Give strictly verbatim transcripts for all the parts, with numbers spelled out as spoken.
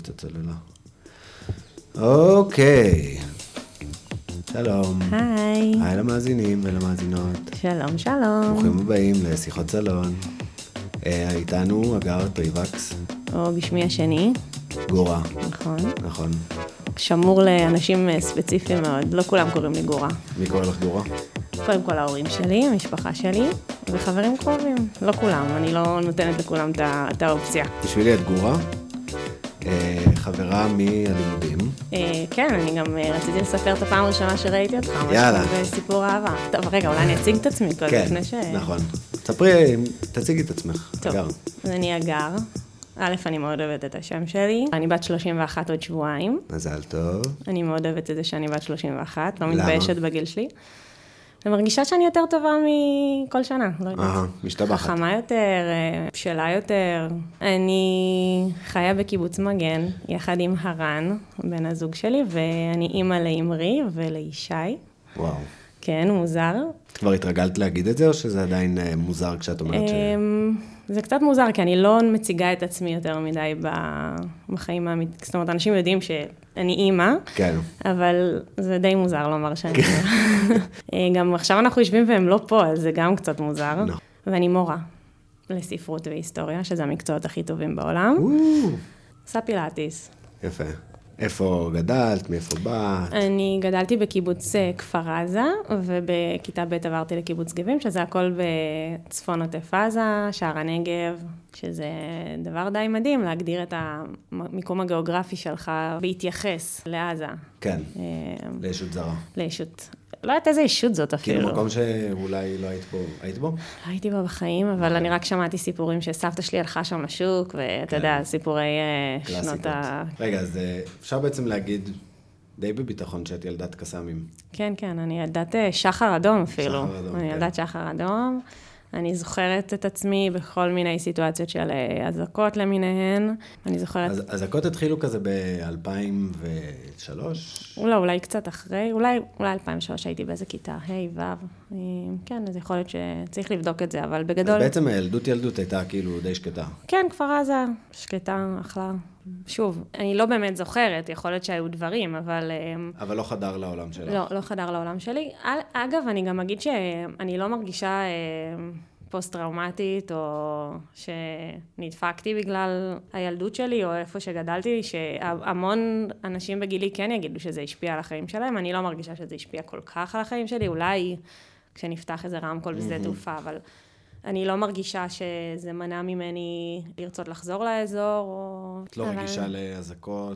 את הצוללה. אוקיי. שלום. היי. היי למאזינים ולמאזינות. שלום, שלום. ברוכים הבאים לשיחות סלון. אה, איתנו אגר טריבקס. או בשמי השני. גורה. נכון. נכון. שמור לאנשים ספציפיים מאוד, לא כולם קוראים לי גורה. מי קורא לך גורה? קודם כל ההורים שלי, המשפחה שלי, וחברים קרובים. לא כולם, אני לא נותנת לכולם את האופציה. בשבילי את גורה, אה, חברה מהלימודים. אה, כן, אני גם רציתי לספר את הפעם הראשונה שראיתי אותך. יאללה. משהו בסיפור אהבה. טוב, רגע, אולי אני אציג את עצמי כל כן, לפני ש... נכון. ספרי, תציגי את עצמך. טוב, אגר. אז אני אגר. א', אני מאוד אוהבת את השם שלי. אני בת שלושים ואחת עוד שבועיים. מזל טוב. אני מאוד אוהבת את זה שאני בת שלושים ואחת, לא למה? מתביישת בגיל שלי. אני מרגישה שאני יותר טובה מכל שנה, לא יודעת. אהה, משתבחת. חכמה יותר, בשלה יותר. אני חיה בקיבוץ מגן, יחד עם הרן, בן הזוג שלי, ואני אימא לאמרי ולישי. וואו. כן, מוזר. כבר התרגלת להגיד את זה, או שזה עדיין אה, מוזר כשאת אומרת ש... אמ, זה קצת מוזר, כי אני לא מציגה את עצמי יותר מדי בחיים האמיתיים. זאת אומרת, אנשים יודעים שאני אימא, כן. אבל זה די מוזר לומר שאני אימא. גם עכשיו אנחנו יושבים והם לא פה, אז זה גם קצת מוזר. לא. ואני מורה לספרות והיסטוריה, שזה המקצועות הכי טובים בעולם. עושה פילאטיס. יפה. איפה גדלת? מאיפה באת? אני גדלתי בקיבוץ כפר עזה, ובכיתה ב' עברתי לקיבוץ גבים, שזה הכל בצפון עוטף עזה, שער הנגב, שזה דבר די מדהים, להגדיר את המיקום הגיאוגרפי שלך, בהתייחס לעזה. כן, לישות זרה. לישות. לא יודעת איזה ישות זאת אפילו. כאילו מקום שאולי לא היית בו. היית בו? לא הייתי בה בחיים, אבל אני רק שמעתי סיפורים שסבתא שלי הלכה שם לשוק, ואתה יודע, סיפורי שנות ה... רגע, אז אפשר בעצם להגיד די בביטחון שאת ילדת קסמים. כן, כן, אני ילדת שחר אדום אפילו. שחר אדום, אני כן. ילדת שחר אדום. אני זוכרת את עצמי בכל מיני סיטואציות של אזעקות למיניהן. אני זוכרת... אז אזעקות התחילו כזה ב-אלפיים ושלוש? אולי, אולי קצת אחרי, אולי, אולי אלפיים ושלוש הייתי באיזה כיתה, היי, וו. כן, אז יכול להיות שצריך לבדוק את זה, אבל בגדול... אז בעצם הילדות ילדות הייתה כאילו די שקטה. כן, כפר עזה, שקטה, אחלה. שוב, אני לא באמת זוכרת, יכול להיות שהיו דברים, אבל... אבל לא חדר לעולם שלך. לא, לא חדר לעולם שלי. אגב, אני גם אגיד שאני לא מרגישה פוסט-טראומטית, או שנדפקתי בגלל הילדות שלי, או איפה שגדלתי, שהמון אנשים בגילי כן יגידו שזה השפיע על החיים שלהם. אני לא מרגישה שזה השפיע כל כך על החיים שלי, אולי כשנפתח איזה רמקול בשדה תעופה, אבל אני לא מרגישה שזה מנע ממני לרצות לחזור לאזור, או... את לא רגישה להזעקות?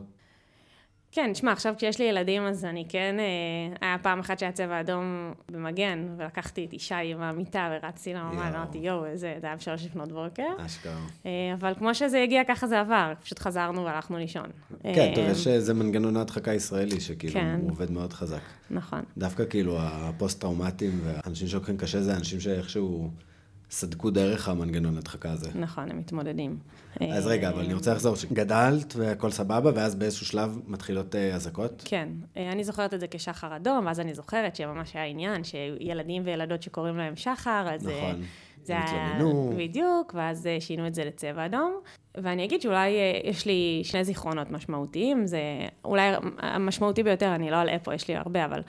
כן, תשמע, עכשיו כשיש לי ילדים, אז אני כן, היה פעם אחת שהיה צבע אדום במגן, ולקחתי את ישי עם המיטה, ורצתי לממ"ד, אמרתי, יואו, איזה, זה היה בשלוש לפנות בוקר. אשכרה. אבל כמו שזה הגיע, ככה זה עבר, פשוט חזרנו והלכנו לישון. כן, טוב, יש איזה מנגנון ההדחקה ישראלי, שכאילו הוא עובד מאוד חזק. נכון. דווקא כאילו הפוסט-טראומטיים, והאנשים שלוקחים קשה, זה אנשים שאיכשהו סדקו דרך המנגנון ההדחקה הזה. נכון, הם מתמודדים. אז רגע, אבל אני רוצה לחזור, שגדלת והכל סבבה, ואז באיזשהו שלב מתחילות אזעקות? כן, אני זוכרת את זה כשחר אדום, ואז אני זוכרת שממש היה עניין, שילדים וילדות שקוראים להם שחר, אז נכון, זה היה התלוננו. בדיוק, ואז שינו את זה לצבע אדום, ואני אגיד שאולי יש לי שני זיכרונות משמעותיים, זה אולי המשמעותי ביותר, אני לא אלאה פה, יש לי הרבה, אבל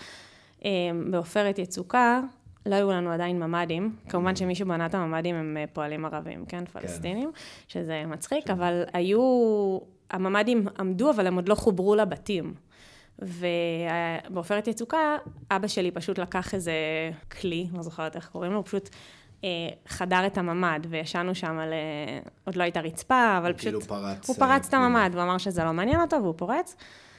בעופרת יצוקה, לא היו לנו עדיין ממדים, כמובן שמי שבנה את הממדים הם פועלים ערבים, כן, פלסטינים, שזה מצחיק, אבל היו, הממדים עמדו, אבל הם עוד לא חוברו לבתים. ובעופרת יצוקה, אבא שלי פשוט לקח איזה כלי, לא זוכרת איך קוראים לו, הוא פשוט חדר את הממד, וישנו שם על, עוד לא הייתה רצפה, אבל פשוט, הוא פרץ את הממד, הוא אמר שזה לא מעניין אותו, והוא פורץ.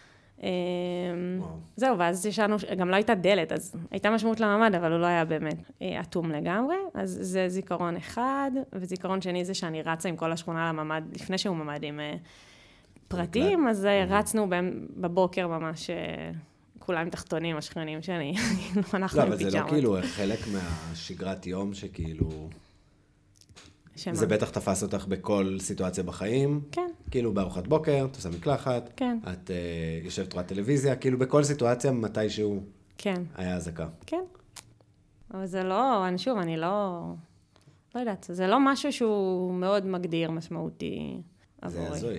זהו, ואז ישנו, גם לא הייתה דלת, אז הייתה משמעות לממד, אבל הוא לא היה באמת אטום לגמרי, אז זה זיכרון אחד, וזיכרון שני זה שאני רצה עם כל השכונה לממד, לפני שהוא ממדים פרטיים, אז רצנו בבוקר ממש, כולם תחתונים, השכנים שלי, אנחנו לא, עם אבל זה לא פיג'מות. כאילו חלק מהשגרת יום שכאילו... שמה? זה בטח תפס אותך בכל סיטואציה בחיים. כן. כאילו בארוחת בוקר, את עושה מקלחת. כן. את uh, יושבת רואה טלוויזיה, כאילו בכל סיטואציה מתישהו כן. היה אזעקה. כן. אבל זה לא, אני שוב, אני לא, לא יודעת, זה לא משהו שהוא מאוד מגדיר, משמעותי זה עבורי. הזוי.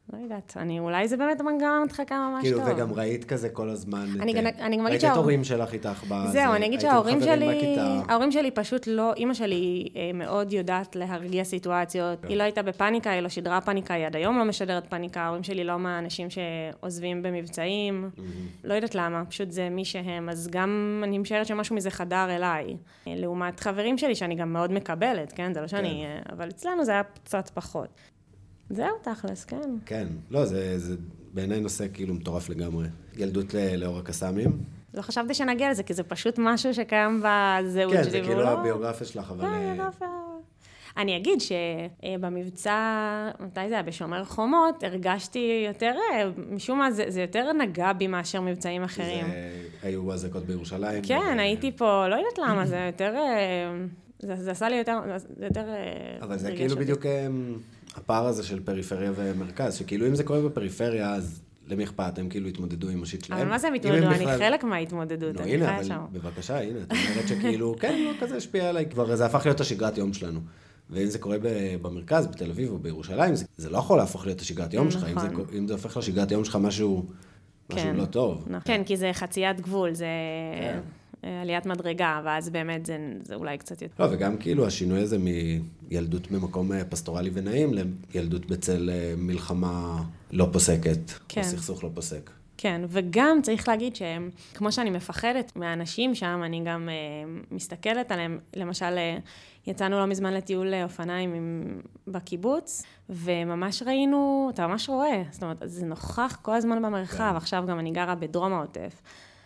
לא יודעת, אני, אולי זה באמת מנגנון הדחקה ממש כאילו, טוב. וגם ראית כזה כל הזמן, אני, את, אני גם ראית את ההורים שלך איתך בזה, זהו, אני אגיד שההורים שלי, בכיתה. ההורים שלי פשוט לא, אמא שלי מאוד יודעת להרגיע סיטואציות, היא לא הייתה בפאניקה, היא לא שידרה פאניקה, היא עד היום לא משדרת פאניקה, ההורים שלי לא מהאנשים שעוזבים במבצעים, לא יודעת למה, פשוט זה מי שהם, אז גם אני משערת שמשהו מזה חדר אליי, לעומת חברים שלי שאני גם מאוד מקבלת, כן, זה לא שאני, אבל אצלנו זה היה קצת פחות. זהו, תכלס, כן. כן, לא, זה, זה בעיניי נושא כאילו מטורף לגמרי. ילדות לאור הקסאמים. לא חשבתי שנגיע לזה, כי זה פשוט משהו שקיים בזהות שלי. כן, זה כאילו הביוגרפיה שלך, אבל... כן, הביוגרפיה. אני אגיד שבמבצע, מתי זה היה? בשומר חומות, הרגשתי יותר, משום מה, זה, זה יותר נגע בי מאשר מבצעים אחרים. זה היו הזעקות בירושלים. כן, הייתי פה, לא יודעת למה, זה יותר... זה, זה עשה לי יותר... זה יותר אבל זה כאילו בדיוק... הפער הזה של פריפריה ומרכז, שכאילו אם זה קורה בפריפריה, אז למי אכפת, הם כאילו התמודדו עם השיט שלהם. אבל מה זה הם התמודדו? אני חלק מההתמודדות, אני חיה שם. בבקשה, הנה, את אומרת שכאילו, כן, לא כזה השפיע עליי, כבר זה הפך להיות השגרת יום שלנו. ואם זה קורה במרכז, בתל אביב או בירושלים, זה לא יכול להפוך להיות השגרת יום שלך, אם זה הופך לשגרת יום שלך משהו לא טוב. כן, כי זה חציית גבול, זה... עליית מדרגה, ואז באמת זה, זה אולי קצת יותר. לא, וגם כאילו השינוי הזה מילדות ממקום פסטורלי ונעים, לילדות בצל מלחמה לא פוסקת, כן. או סכסוך לא פוסק. כן, וגם צריך להגיד שהם, כמו שאני מפחדת מהאנשים שם, אני גם uh, מסתכלת עליהם, למשל, uh, יצאנו לא מזמן לטיול אופניים עם, בקיבוץ, וממש ראינו, אתה ממש רואה, זאת אומרת, זה נוכח כל הזמן במרחב, כן. עכשיו גם אני גרה בדרום העוטף.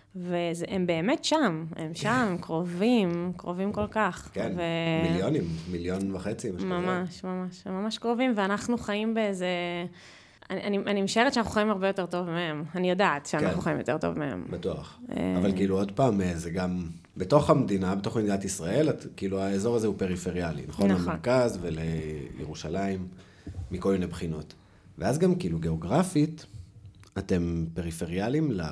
והם באמת שם, הם שם, הם קרובים, קרובים כל כך. כן, ו... מיליונים, מיליון וחצי, משהו כזה. ממש, ממש, הם ממש קרובים, ואנחנו חיים באיזה... אני, אני, אני משערת שאנחנו חיים הרבה יותר טוב מהם. אני יודעת שאנחנו כן. חיים יותר טוב מהם. בטוח. אבל כאילו עוד פעם, זה גם... בתוך המדינה, בתוך מדינת ישראל, כאילו האזור הזה הוא פריפריאלי, נכון? נכון. למרכז ולירושלים, מכל מיני בחינות. ואז גם כאילו גיאוגרפית, אתם פריפריאליים ל...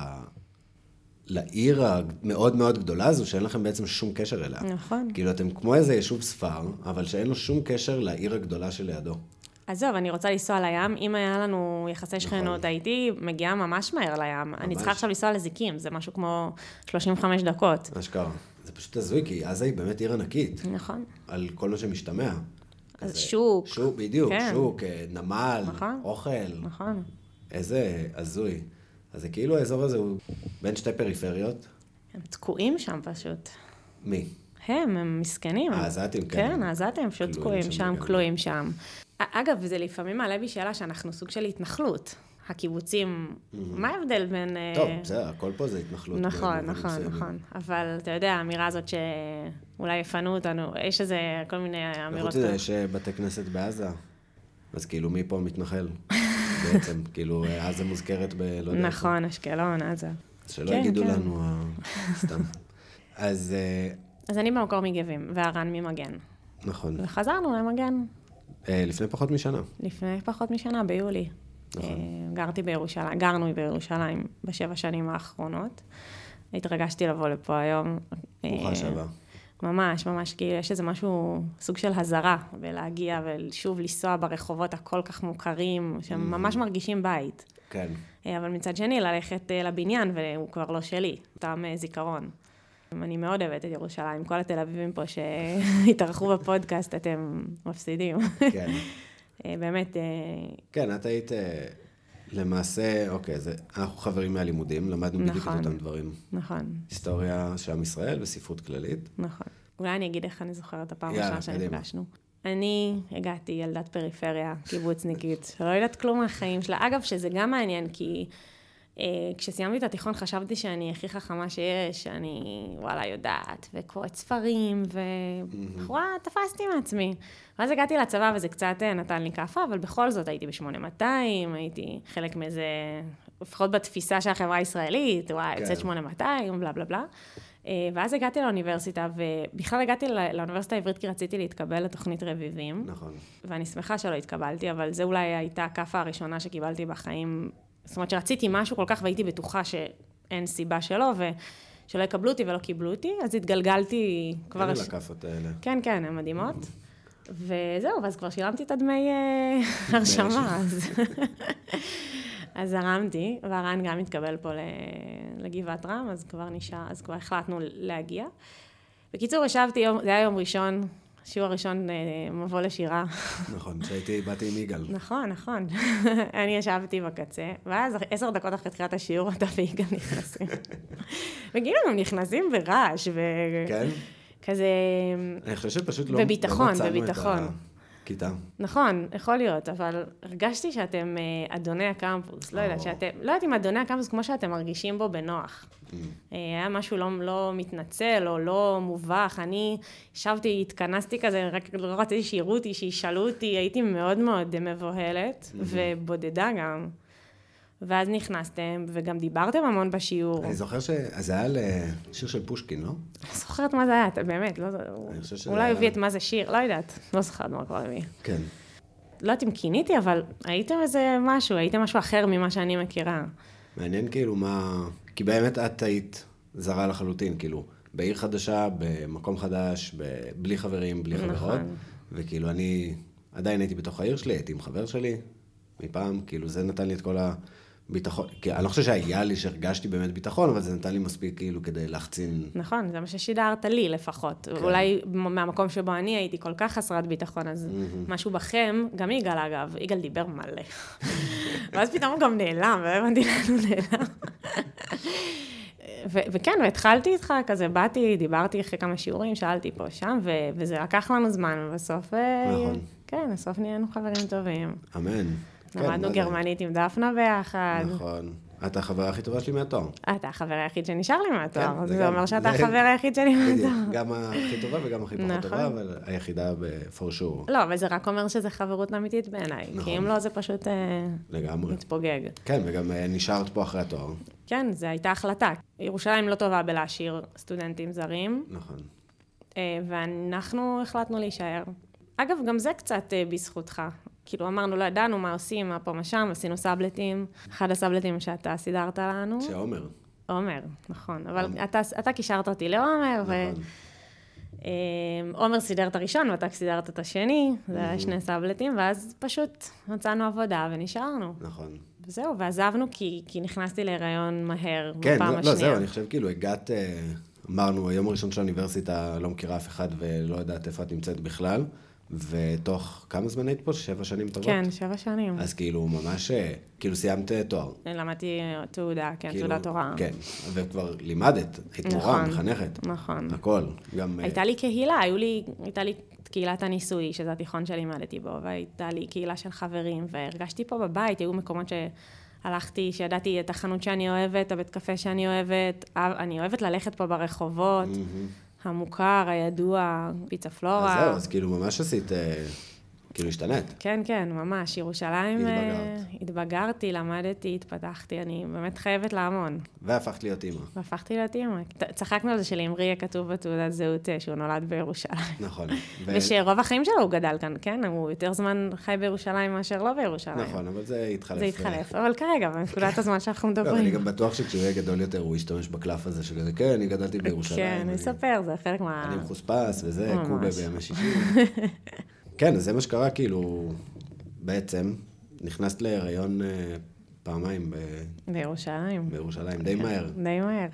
לעיר המאוד מאוד גדולה הזו, שאין לכם בעצם שום קשר אליה. נכון. כאילו, אתם כמו איזה יישוב ספר, אבל שאין לו שום קשר לעיר הגדולה שלידו. עזוב, אני רוצה לנסוע לים. אם היה לנו יחסי שכנות, הייתי מגיעה ממש מהר לים. אני צריכה עכשיו לנסוע לזיקים, זה משהו כמו שלושים וחמש דקות. אשכרה. זה פשוט הזוי, כי עזה היא באמת עיר ענקית. נכון. על כל מה שמשתמע. אז שוק. שוק, בדיוק, שוק, נמל, אוכל. נכון. איזה הזוי. אז זה כאילו האזור הזה הוא בין שתי פריפריות. הם תקועים שם פשוט. מי? הם, הם מסכנים. העזתים, כן. כן, העזתים פשוט תקועים שם, כלואים שם. אגב, זה לפעמים מעלה בי שאלה שאנחנו סוג של התנחלות. הקיבוצים, מה ההבדל בין... טוב, בסדר, הכל פה זה התנחלות. נכון, נכון, נכון. אבל אתה יודע, האמירה הזאת שאולי יפנו אותנו, יש איזה כל מיני אמירות. וחוץ לזה שבתי כנסת בעזה, אז כאילו מי פה מתנחל? בעצם, כאילו, עזה מוזכרת ב... נכון, אשקלון, עזה. אז שלא יגידו לנו, סתם. אז... אז אני במקור מגבים, והרן ממגן. נכון. וחזרנו למגן. לפני פחות משנה. לפני פחות משנה, ביולי. נכון. גרתי בירושלים, גרנו בירושלים בשבע שנים האחרונות. התרגשתי לבוא לפה היום. ברוכה שבע. ממש, ממש, כי יש איזה משהו, סוג של הזרה, ולהגיע ושוב לנסוע ברחובות הכל כך מוכרים, שממש מרגישים בית. כן. אבל מצד שני, ללכת לבניין, והוא כבר לא שלי, טעם זיכרון. אני מאוד אוהבת את ירושלים, כל התל אביבים פה שהתארחו בפודקאסט, אתם מפסידים. כן. באמת. כן, את היית... למעשה, אוקיי, זה, אנחנו חברים מהלימודים, למדנו נכון, בדיוק את אותם דברים. נכון. היסטוריה של עם ישראל וספרות כללית. נכון. אולי אני אגיד איך אני זוכרת הפעם ראשונה שנפגשנו. אני הגעתי ילדת פריפריה, קיבוצניקית, שלא יודעת כלום מהחיים שלה. אגב, שזה גם מעניין, כי אה, כשסיימתי את התיכון חשבתי שאני הכי חכמה שיש, שאני וואלה יודעת, וקוראת ספרים, ווואלה, תפסתי מעצמי. ואז הגעתי לצבא וזה קצת נתן לי כפה, אבל בכל זאת הייתי ב-שמונה מאתיים, הייתי חלק מאיזה, לפחות בתפיסה של החברה הישראלית, וואי, יוצאת שמונה מאתיים, בלה בלה בלה. ואז הגעתי לאוניברסיטה, ובכלל הגעתי לאוניברסיטה העברית כי רציתי להתקבל לתוכנית רביבים. נכון. ואני שמחה שלא התקבלתי, אבל זה אולי הייתה הכפה הראשונה שקיבלתי בחיים. זאת אומרת שרציתי משהו כל כך והייתי בטוחה שאין סיבה שלא, ושלא יקבלו אותי ולא קיבלו אותי, אז התגלגלתי כבר... אין לכפות האלה. כן, כן, הן מדהימות. וזהו, ואז כבר שילמתי את הדמי הרשמה, אז... אז הרמתי, והרן גם התקבל פה לגבעת רם, אז כבר נשאר, אז כבר החלטנו להגיע. בקיצור, ישבתי, זה היה יום ראשון, שיעור הראשון מבוא לשירה. נכון, שהייתי, באתי עם יגאל. נכון, נכון. אני ישבתי בקצה, ואז עשר דקות אחרי תחילת השיעור, אתה ויגאל נכנסים. וכאילו הם נכנסים ברעש, ו... כן? כזה... אני חושב שפשוט לא... בביטחון, בביטחון. כיתה. נכון, יכול להיות, אבל הרגשתי שאתם אדוני הקמפוס, לא יודעת, שאתם, לא יודעת אם אדוני הקמפוס כמו שאתם מרגישים בו בנוח. היה משהו לא, לא מתנצל או לא מובך, אני ישבתי, התכנסתי כזה, רק לא רציתי שיראו אותי, שישאלו אותי, הייתי מאוד מאוד מבוהלת, ובודדה גם. ואז נכנסתם, וגם דיברתם המון בשיעור. אני זוכר שזה היה לשיר של פושקין, לא? אני זוכרת מה זה היה, באמת, לא... אולי הביא את מה זה שיר, לא יודעת, לא זוכרת מה כבר הביא. כן. לא יודעת אם כיניתי, אבל הייתם איזה משהו, הייתם משהו אחר ממה שאני מכירה. מעניין כאילו מה... כי באמת את היית זרה לחלוטין, כאילו, בעיר חדשה, במקום חדש, בלי חברים, בלי חברות, וכאילו אני עדיין הייתי בתוך העיר שלי, הייתי עם חבר שלי, מפעם, כאילו זה נתן לי את כל הביטחון, כי אני לא חושב שהיה לי שהרגשתי באמת ביטחון, אבל זה נתן לי מספיק כאילו כדי להחצין. נכון, זה מה ששידרת לי לפחות. כן. אולי מהמקום שבו אני הייתי כל כך חסרת ביטחון, אז mm-hmm. משהו בכם, גם יגאל אגב, יגאל דיבר מלא. ואז פתאום הוא גם נעלם, והבנתי לנו נעלם. ו- וכן, והתחלתי איתך, כזה באתי, דיברתי אחרי כמה שיעורים, שאלתי פה שם, ו- וזה לקח לנו זמן, ובסוף, נכון. כן, בסוף נהיינו חברים טובים. אמן. למדנו גרמנית עם דפנה ביחד. נכון. אתה החבר הכי טובה שלי מהתואר. אתה החבר היחיד שנשאר לי מהתואר, אז זה אומר שאתה החבר היחיד שלי מהתואר. גם הכי טובה וגם הכי פחות טובה, אבל היחידה for sure. לא, אבל זה רק אומר שזה חברות אמיתית בעיניי, כי אם לא זה פשוט מתפוגג. כן, וגם נשארת פה אחרי התואר. כן, זו הייתה החלטה. ירושלים לא טובה בלהשאיר סטודנטים זרים. נכון. ואנחנו החלטנו להישאר. אגב, גם זה קצת בזכותך. כאילו אמרנו, לא ידענו מה עושים, מה פה, מה שם, עשינו סאבלטים. אחד הסאבלטים שאתה סידרת לנו. שעומר. עומר, נכון. אבל אתה, אתה קישרת אותי לעומר, נכון. ועומר סידר את הראשון, ואתה סידרת את השני. זה היה שני סאבלטים, ואז פשוט מצאנו עבודה ונשארנו. נכון. וזהו, ועזבנו כי, כי נכנסתי להיריון מהר, כן, בפעם לא, השנייה. לא, זהו, אני חושב כאילו, הגעת, אמרנו, היום הראשון של האוניברסיטה לא מכירה אף אחד ולא יודעת איפה את נמצאת בכלל. ותוך כמה זמן היית פה? שבע שנים טובות? כן, שבע שנים. אז כאילו ממש, כאילו סיימת תואר. למדתי תעודה, כן, תעודת הוראה. כן, וכבר לימדת, היית מורה, מחנכת. נכון. הכל. גם... הייתה לי קהילה, היו לי, הייתה לי קהילת הניסוי, שזה התיכון שלי לימדתי בו, והייתה לי קהילה של חברים, והרגשתי פה בבית, היו מקומות שהלכתי, שידעתי את החנות שאני אוהבת, הבית קפה שאני אוהבת, אני אוהבת ללכת פה ברחובות. המוכר, הידוע, פיצה פלורה. אז זהו, אז כאילו ממש עשית, כאילו השתנית. כן, כן, ממש. ירושלים... התבגרת. התבגרתי, למדתי, התפתחתי, אני באמת חייבת להמון. והפכת להיות אימא. והפכתי להיות אימא. צחקנו על זה שלאמרי יהיה כתוב בתעודת זהות שהוא נולד בירושלים. נכון. ושרוב החיים שלו הוא גדל כאן, כן? הוא יותר זמן חי בירושלים מאשר לא בירושלים. נכון, אבל זה התחלף. זה התחלף, אבל כרגע, בנקודת הזמן שאנחנו מדברים. אני גם בטוח שכשהוא יהיה גדול יותר, הוא ישתמש בקלף הזה של זה. כן, אני גדלתי בירושלים. כן, אני אספר, זה חלק מה... אני מחוספס וזה, קובה בימי שישי. כן, אז זה מה שקרה, כאילו, בעצם, נכנסת להיריון פעמיים ב... בירושלים. בירושלים, די מהר. די מהר.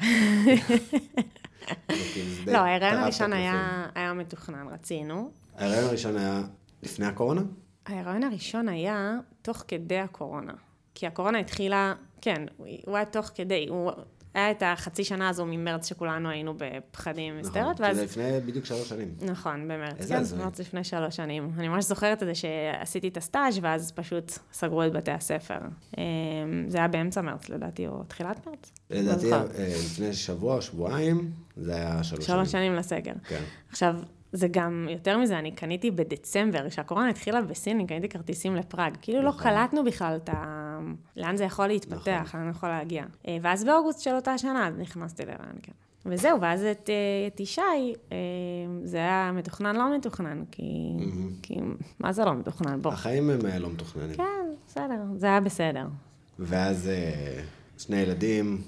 לא, ההיריון הראשון היה מתוכנן, רצינו. ההיריון הראשון היה לפני הקורונה? ההיריון הראשון היה תוך כדי הקורונה. כי הקורונה התחילה, כן, הוא היה תוך כדי, הוא... היה את החצי שנה הזו ממרץ שכולנו היינו בפחדים מסתרת. נכון, כי זה לפני בדיוק שלוש שנים. נכון, במרץ. כן, במרץ לפני שלוש שנים. אני ממש זוכרת את זה שעשיתי את הסטאז' ואז פשוט סגרו את בתי הספר. זה היה באמצע מרץ, לדעתי, או תחילת מרץ. לדעתי, לפני שבוע או שבועיים, זה היה שלוש שנים. שלוש שנים לסגר. כן. עכשיו, זה גם, יותר מזה, אני קניתי בדצמבר, כשהקורונה התחילה בסין, אני קניתי כרטיסים לפראג. כאילו לא קלטנו בכלל את ה... לאן זה יכול להתפתח, לאן יכול להגיע. ואז באוגוסט של אותה שנה, אז נכנסתי להיריון, כן. וזהו, ואז את, את ישי, זה היה מתוכנן, לא מתוכנן, כי, כי מה זה לא מתוכנן? בוא. החיים הם לא מתוכננים. כן, בסדר, זה היה בסדר. ואז שני ילדים,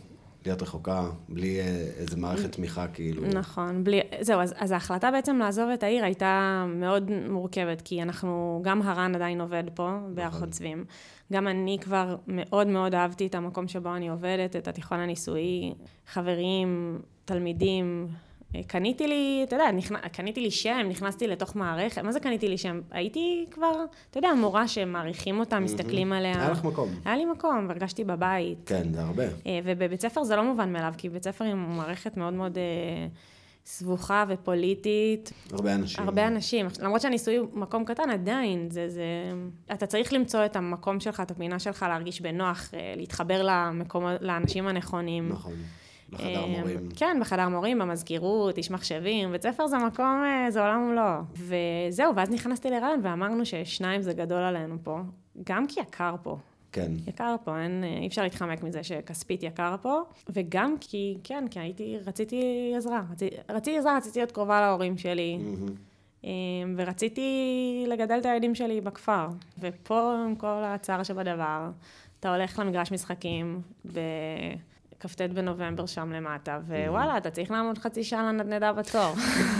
להיות רחוקה, בלי איזה מערכת תמיכה, כאילו. נכון, בלי, זהו, אז, אז ההחלטה בעצם לעזוב את העיר הייתה מאוד מורכבת, כי אנחנו, גם הרן עדיין עובד פה, בהר חוצבים. גם אני כבר מאוד מאוד אהבתי את המקום שבו אני עובדת, את התיכון הניסויי, חברים, תלמידים, קניתי לי, אתה יודע, נכנ... קניתי לי שם, נכנסתי לתוך מערכת, מה זה קניתי לי שם? הייתי כבר, אתה יודע, מורה שמעריכים אותה, מסתכלים עליה. היה לך מקום. היה לי מקום, והרגשתי בבית. כן, זה הרבה. ובבית ספר זה לא מובן מאליו, כי בית ספר היא מערכת מאוד מאוד סבוכה ופוליטית. הרבה אנשים. הרבה אנשים. למרות שהניסוי הוא מקום קטן, עדיין, זה, זה... אתה צריך למצוא את המקום שלך, את הפינה שלך, להרגיש בנוח, להתחבר למקום, לאנשים הנכונים. נכון. בחדר מורים. כן, בחדר מורים, במזכירות, איש מחשבים, בית ספר זה מקום, זה עולם ומלואו. וזהו, ואז נכנסתי לרעיון ואמרנו ששניים זה גדול עלינו פה, גם כי יקר פה. כן. יקר פה, אין, אי אפשר להתחמק מזה שכספית יקר פה, וגם כי, כן, כי הייתי, רציתי עזרה, רציתי, רציתי עזרה, רציתי להיות קרובה להורים שלי, mm-hmm. ורציתי לגדל את הילדים שלי בכפר, ופה עם כל הצער שבדבר, אתה הולך למגרש משחקים, ב... כ"ט בנובמבר שם למטה, ווואלה, אתה צריך לעמוד חצי שעה לנדנדה בתור.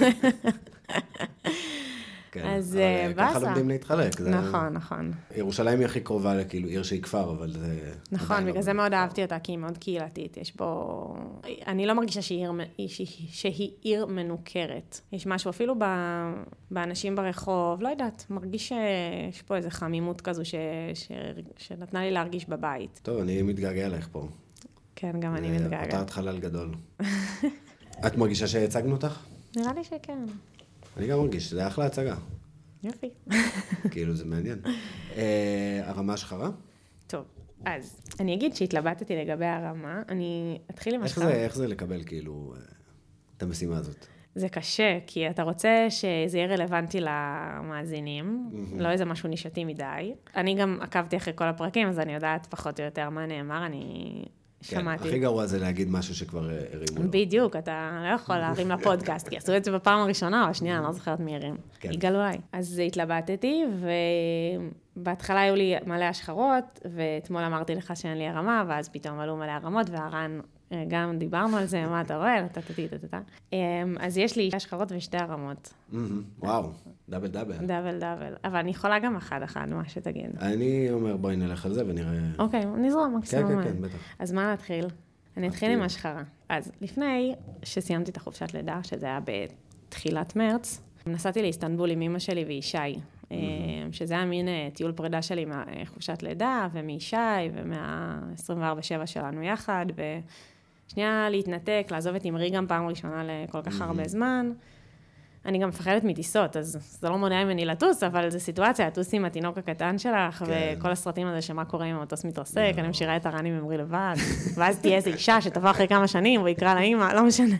כן, אז אבל ככה לומדים להתחלק. נכון, נכון. ירושלים היא הכי קרובה לכאילו עיר שהיא כפר, אבל זה... נכון, בגלל זה מאוד אהבתי אותה, כי היא מאוד קהילתית. יש בו... אני לא מרגישה שהיא עיר מנוכרת. יש משהו אפילו באנשים ברחוב, לא יודעת, מרגיש שיש פה איזו חמימות כזו שנתנה לי להרגיש בבית. טוב, אני מתגעגע לך פה. כן, גם אני מתגעגע. אותה חלל גדול. את מרגישה שהצגנו אותך? נראה לי שכן. אני גם מרגיש, זה אחלה הצגה. יופי. כאילו, זה מעניין. הרמה שחרה? טוב, אז אני אגיד שהתלבטתי לגבי הרמה, אני אתחיל עם השחרה. איך זה לקבל, כאילו, את המשימה הזאת? זה קשה, כי אתה רוצה שזה יהיה רלוונטי למאזינים, לא איזה משהו נישתי מדי. אני גם עקבתי אחרי כל הפרקים, אז אני יודעת פחות או יותר מה נאמר, אני... שמעתי. הכי גרוע זה להגיד משהו שכבר הרימו לו. בדיוק, אתה לא יכול להרים לפודקאסט, כי עשו את זה בפעם הראשונה, או השנייה, אני לא זוכרת מי הרים. יגאל וואי. אז התלבטתי, ובהתחלה היו לי מלא השחרות, ואתמול אמרתי לך שאין לי הרמה, ואז פתאום עלו מלא הרמות, והרן, גם דיברנו על זה, מה אתה רואה? אז יש לי השחרות ושתי הרמות. וואו, דאבל דאבל. דאבל דאבל, אבל אני יכולה גם אחד אחד, מה שתגיד. אני אומר, בואי נלך על זה ונראה... אוקיי, נזרום מקסימום. כן, כן, כן, בטח. אז מה נתחיל? אני אתחיל עם השחרה. אז לפני שסיימתי את החופשת לידה, שזה היה בתחילת מרץ, נסעתי לאיסטנבול עם אמא שלי וישי, שזה היה מין טיול פרידה שלי מהחופשת לידה, ומישי, ומה-עשרים וארבע שבע שלנו יחד, ושנייה להתנתק, לעזוב את אמרי גם פעם ראשונה לכל כך הרבה זמן. אני גם מפחדת מטיסות, אז זה לא מונע ממני לטוס, אבל זו סיטואציה, לטוס עם התינוק הקטן שלך, וכל הסרטים הזה שמה קורה אם המטוס מתרסק, אני משאירה את הרן עם אמרי לבד, ואז תהיה איזו אישה שתבוא אחרי כמה שנים, והוא יקרא לאמא, לא משנה.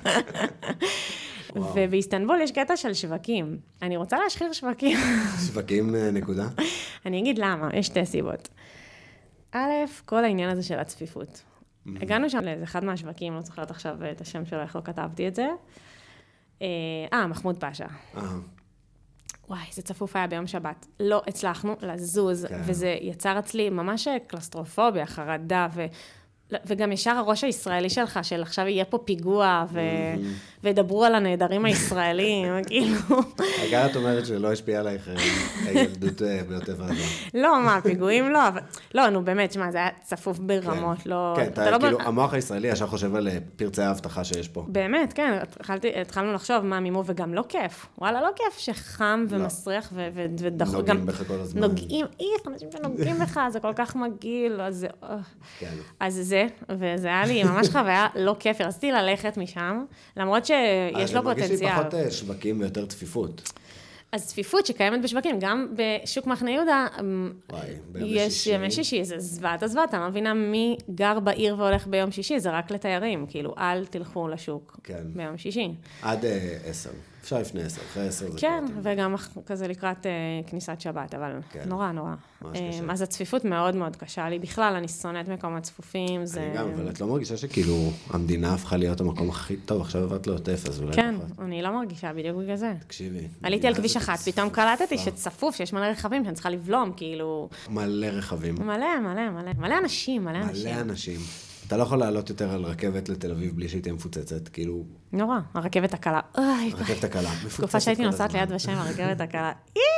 ובאיסטנבול יש קטע של שווקים. אני רוצה להשחיר שווקים. שווקים נקודה? אני אגיד למה, יש שתי סיבות. א', כל העניין הזה של הצפיפות. הגענו שם לאיזה אחד מהשווקים, לא זוכרת עכשיו את השם שלו, איך לא כתבתי את זה. אה, מחמוד פאשה. וואי, זה צפוף היה ביום שבת. לא הצלחנו לזוז, וזה יצר אצלי ממש קלסטרופוביה, חרדה, ו... וגם ישר הראש הישראלי שלך, של עכשיו יהיה פה פיגוע, ודברו על הנהדרים הישראלים, כאילו... רגע, את אומרת שלא השפיע עלייך הילדות בעוטף עזה. לא, מה, פיגועים לא, אבל... לא, נו, באמת, שמה, זה היה צפוף ברמות, לא... כן, כאילו, המוח הישראלי ישר חושב על פרצי ההבטחה שיש פה. באמת, כן, התחלנו לחשוב מה מימו, וגם לא כיף. וואלה, לא כיף שחם ומסריח ודחו. נוגעים בך כל הזמן. נוגעים, איך, אנשים שנוגעים בך, זה כל כך מגעיל, אז זה... אז זה, וזה היה לי ממש חוויה לא כיף, רציתי ללכת משם, למרות שיש לו פוטנציאל. אני מרגיש לי פחות שווקים ויותר צפיפות. אז צפיפות שקיימת בשווקים, גם בשוק מחנה יהודה, יש ימי שישי, זה זוועת הזוועת, אני לא מבינה מי גר בעיר והולך ביום שישי, זה רק לתיירים, כאילו, אל תלכו לשוק ביום שישי. עד עשר, אפשר לפני עשר, אחרי עשר זה כן, וגם כזה לקראת כניסת שבת, אבל נורא נורא. אז הצפיפות מאוד מאוד קשה לי, בכלל אני שונאת מקומות צפופים, זה... אני גם, אבל את לא מרגישה שכאילו המדינה הפכה להיות המקום הכי טוב, עכשיו עברת לעוטף, אז אולי... כן, אני לא מרגישה בדיוק בגלל זה. תקשיבי. עליתי על כביש אחת, פתאום קלטתי שצפוף, שיש מלא רכבים, שאני צריכה לבלום, כאילו... מלא רכבים. מלא, מלא, מלא. מלא אנשים, מלא אנשים. מלא אנשים. אתה לא יכול לעלות יותר על רכבת לתל אביב בלי שהיא תהיה מפוצצת, כאילו... נורא, הרכבת הקלה. הרכבת הקלה, מפוצצת. תקופה שהייתי נוסעת ליד ושם, הרכבת הקלה.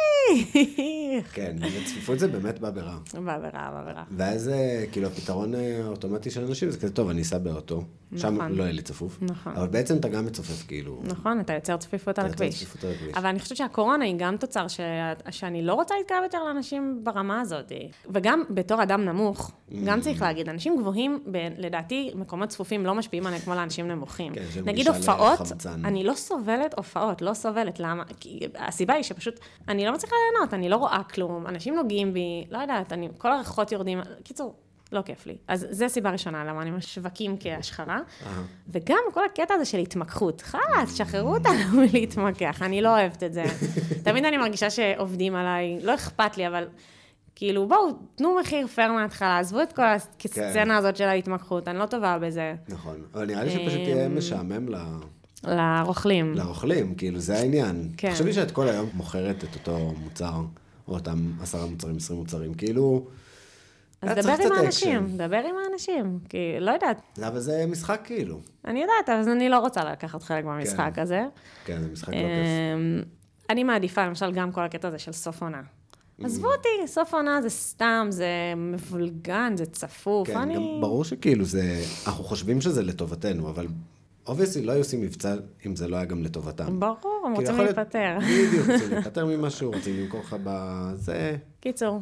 כן, וצפיפות זה באמת בא ברע. בא ברע, בא ברע. ואז, כאילו, הפתרון האוטומטי של אנשים, זה כזה טוב, אני אסע באוטו, שם לא יהיה לי צפוף. נכון. אבל בעצם אתה גם מצופף, כאילו... נכון, אתה יוצר צפיפות על הכביש. צפיפות על הכביש. אבל אני חושבת שהקורונה היא גם תוצר שאני לא רוצה להתקרב יותר לאנשים ברמה הזאת. וגם בתור אדם נמוך, גם צריך להגיד, אנשים גבוהים, לדעתי, מקומות צפופים לא משפיעים עליהם כמו לאנשים נמוכים. נגיד הופעות, אני לא סובלת הופעות, לא סובלת. למה? כי הסיבה היא שפשוט, אני לא מצליחה ליהנות, אני לא רואה כלום, אנשים נוגעים בי, לא יודעת, אני, כל הריחות יורדים, קיצור, לא כיף לי. אז זו סיבה ראשונה, למה אני משווקים כהשחרה. וגם כל הקטע הזה של התמקחות. חלאס, שחררו אותנו מלהתמקח, אני לא אוהבת את זה. תמיד אני מרגישה שעובדים עליי, לא אכפת לי, אבל כאילו, בואו, תנו מחיר פייר מההתחלה, עזבו את כל הסצנה הזאת של ההתמקחות, אני לא טובה בזה. נכון, אבל נראה לי שפשוט תהיה משעמם ל... לרוכלים. לרוכלים, כאילו, זה העניין. כן. חשבי שאת כל היום מוכרת את אותו מוצר, או אותם עשרה מוצרים, עשרים מוצרים, כאילו... אז דבר עם האנשים, דבר עם האנשים, כי לא יודעת. אבל זה משחק כאילו. אני יודעת, אבל אני לא רוצה לקחת חלק במשחק הזה. כן, זה משחק לא כיף. אני מעדיפה, למשל, גם כל הקטע הזה של סוף עונה. עזבו אותי, סוף עונה זה סתם, זה מבולגן, זה צפוף. כן, גם ברור שכאילו זה, אנחנו חושבים שזה לטובתנו, אבל... אובייסלי, לא היו עושים מבצע אם זה לא היה גם לטובתם. ברור, הם רוצים להיפטר. בדיוק, רוצים להיפטר ממשהו, רוצים למכור לך בזה. קיצור,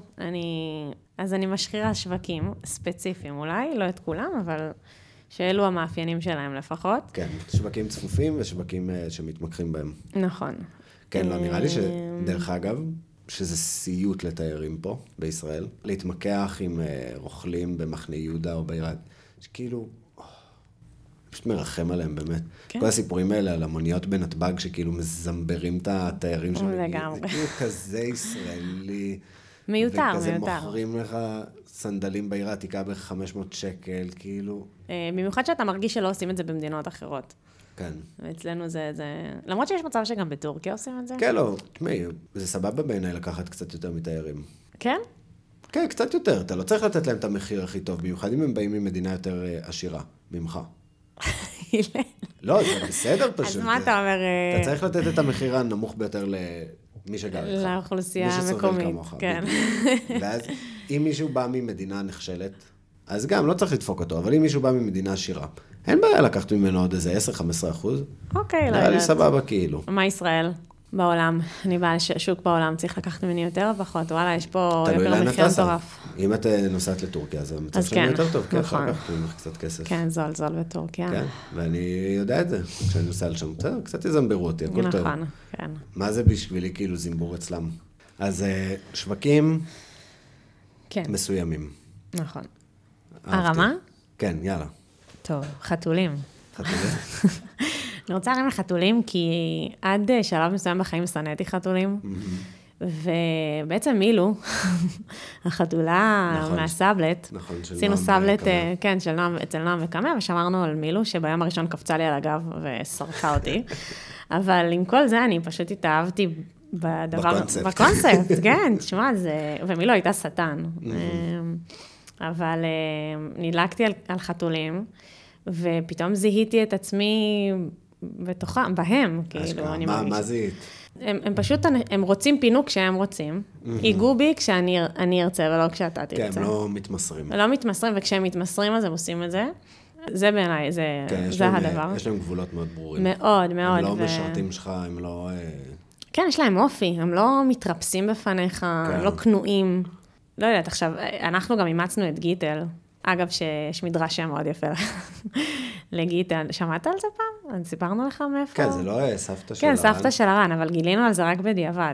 אז אני משחירה שווקים ספציפיים אולי, לא את כולם, אבל שאלו המאפיינים שלהם לפחות. כן, שווקים צפופים ושווקים שמתמקחים בהם. נכון. כן, לא, נראה לי שדרך אגב, שזה סיוט לתיירים פה, בישראל, להתמקח עם רוכלים במחנה יהודה או בירד, שכאילו... פשוט מרחם עליהם, באמת. כן. כל הסיפורים האלה על המוניות בנתב"ג, שכאילו מזמברים את התיירים שמגיעים. לגמרי. זה כאילו כזה ישראלי. מיותר, וכזה מיותר. וכזה מוכרים לך סנדלים בעיר העתיקה ב-חמש מאות שקל, כאילו. במיוחד שאתה מרגיש שלא עושים את זה במדינות אחרות. כן. ואצלנו זה, זה... למרות שיש מצב שגם בטורקיה עושים את זה. כן, לא. תשמעי, זה סבבה בעיניי לקחת קצת יותר מתיירים. כן? כן, קצת יותר. אתה לא צריך לתת להם את המחיר הכי טוב, במיוחד אם הם באים ממדינה יותר עשירה, ממך. לא, זה בסדר פשוט. אז מה אתה אומר? אתה צריך לתת את המחיר הנמוך ביותר למי שגר איתך. לאוכלוסייה המקומית. מי שסובל כמוך. כן. ואז אם מישהו בא ממדינה נחשלת, אז גם לא צריך לדפוק אותו, אבל אם מישהו בא ממדינה עשירה, אין בעיה לקחת ממנו עוד איזה עשר עד חמש עשרה אחוז. אוקיי, לא יודעת. נראה לי סבבה כאילו. מה ישראל? בעולם, אני באה לשוק בעולם, צריך לקחת ממני יותר או פחות, וואלה, יש פה יוקר מחיר מטורף. אם את נוסעת לטורקיה, אז המצב שלנו יותר טוב, כי אפשר לקחת ממך קצת כסף. כן, זול, זול בטורקיה. כן, ואני יודע את זה, כשאני נוסע לשם, בסדר, קצת יזמברו אותי, הכל טוב. נכון, כן. מה זה בשבילי כאילו זימבור אצלם? אז שווקים מסוימים. נכון. הרמה? כן, יאללה. טוב, חתולים. חתולים? אני רוצה להרים לחתולים, כי עד שלב מסוים בחיים שנאתי חתולים, ובעצם מילו, החתולה מהסבלט, עשינו סבלט, כן, אצל נועם וקמא, ושמרנו על מילו, שביום הראשון קפצה לי על הגב ושרקה אותי, אבל עם כל זה אני פשוט התאהבתי בדבר, בקונספט, כן, תשמע, ומילו הייתה שטן, אבל נדלקתי על חתולים, ופתאום זיהיתי את עצמי בתוכם, בהם, כאילו, אני מרגישה. מה זיהית? הם פשוט, הם רוצים פינוק כשהם רוצים, ייגעו בי כשאני ארצה, ולא כשאתה תרצה. כן, הם לא מתמסרים. לא מתמסרים, וכשהם מתמסרים, אז הם עושים את זה. זה בעיניי, זה הדבר. יש להם גבולות מאוד ברורים. מאוד, מאוד. הם לא משרתים שלך, הם לא... כן, יש להם אופי, הם לא מתרפסים בפניך, הם לא כנועים. לא יודעת, עכשיו, אנחנו גם אימצנו את גיטל, אגב, שיש מדרש שם מאוד יפה לגיטל. שמעת על זה פעם? אז סיפרנו לך מאיפה? כן, זה לא סבתא של הרן. כן, סבתא של הרן, אבל גילינו על זה רק בדיעבד.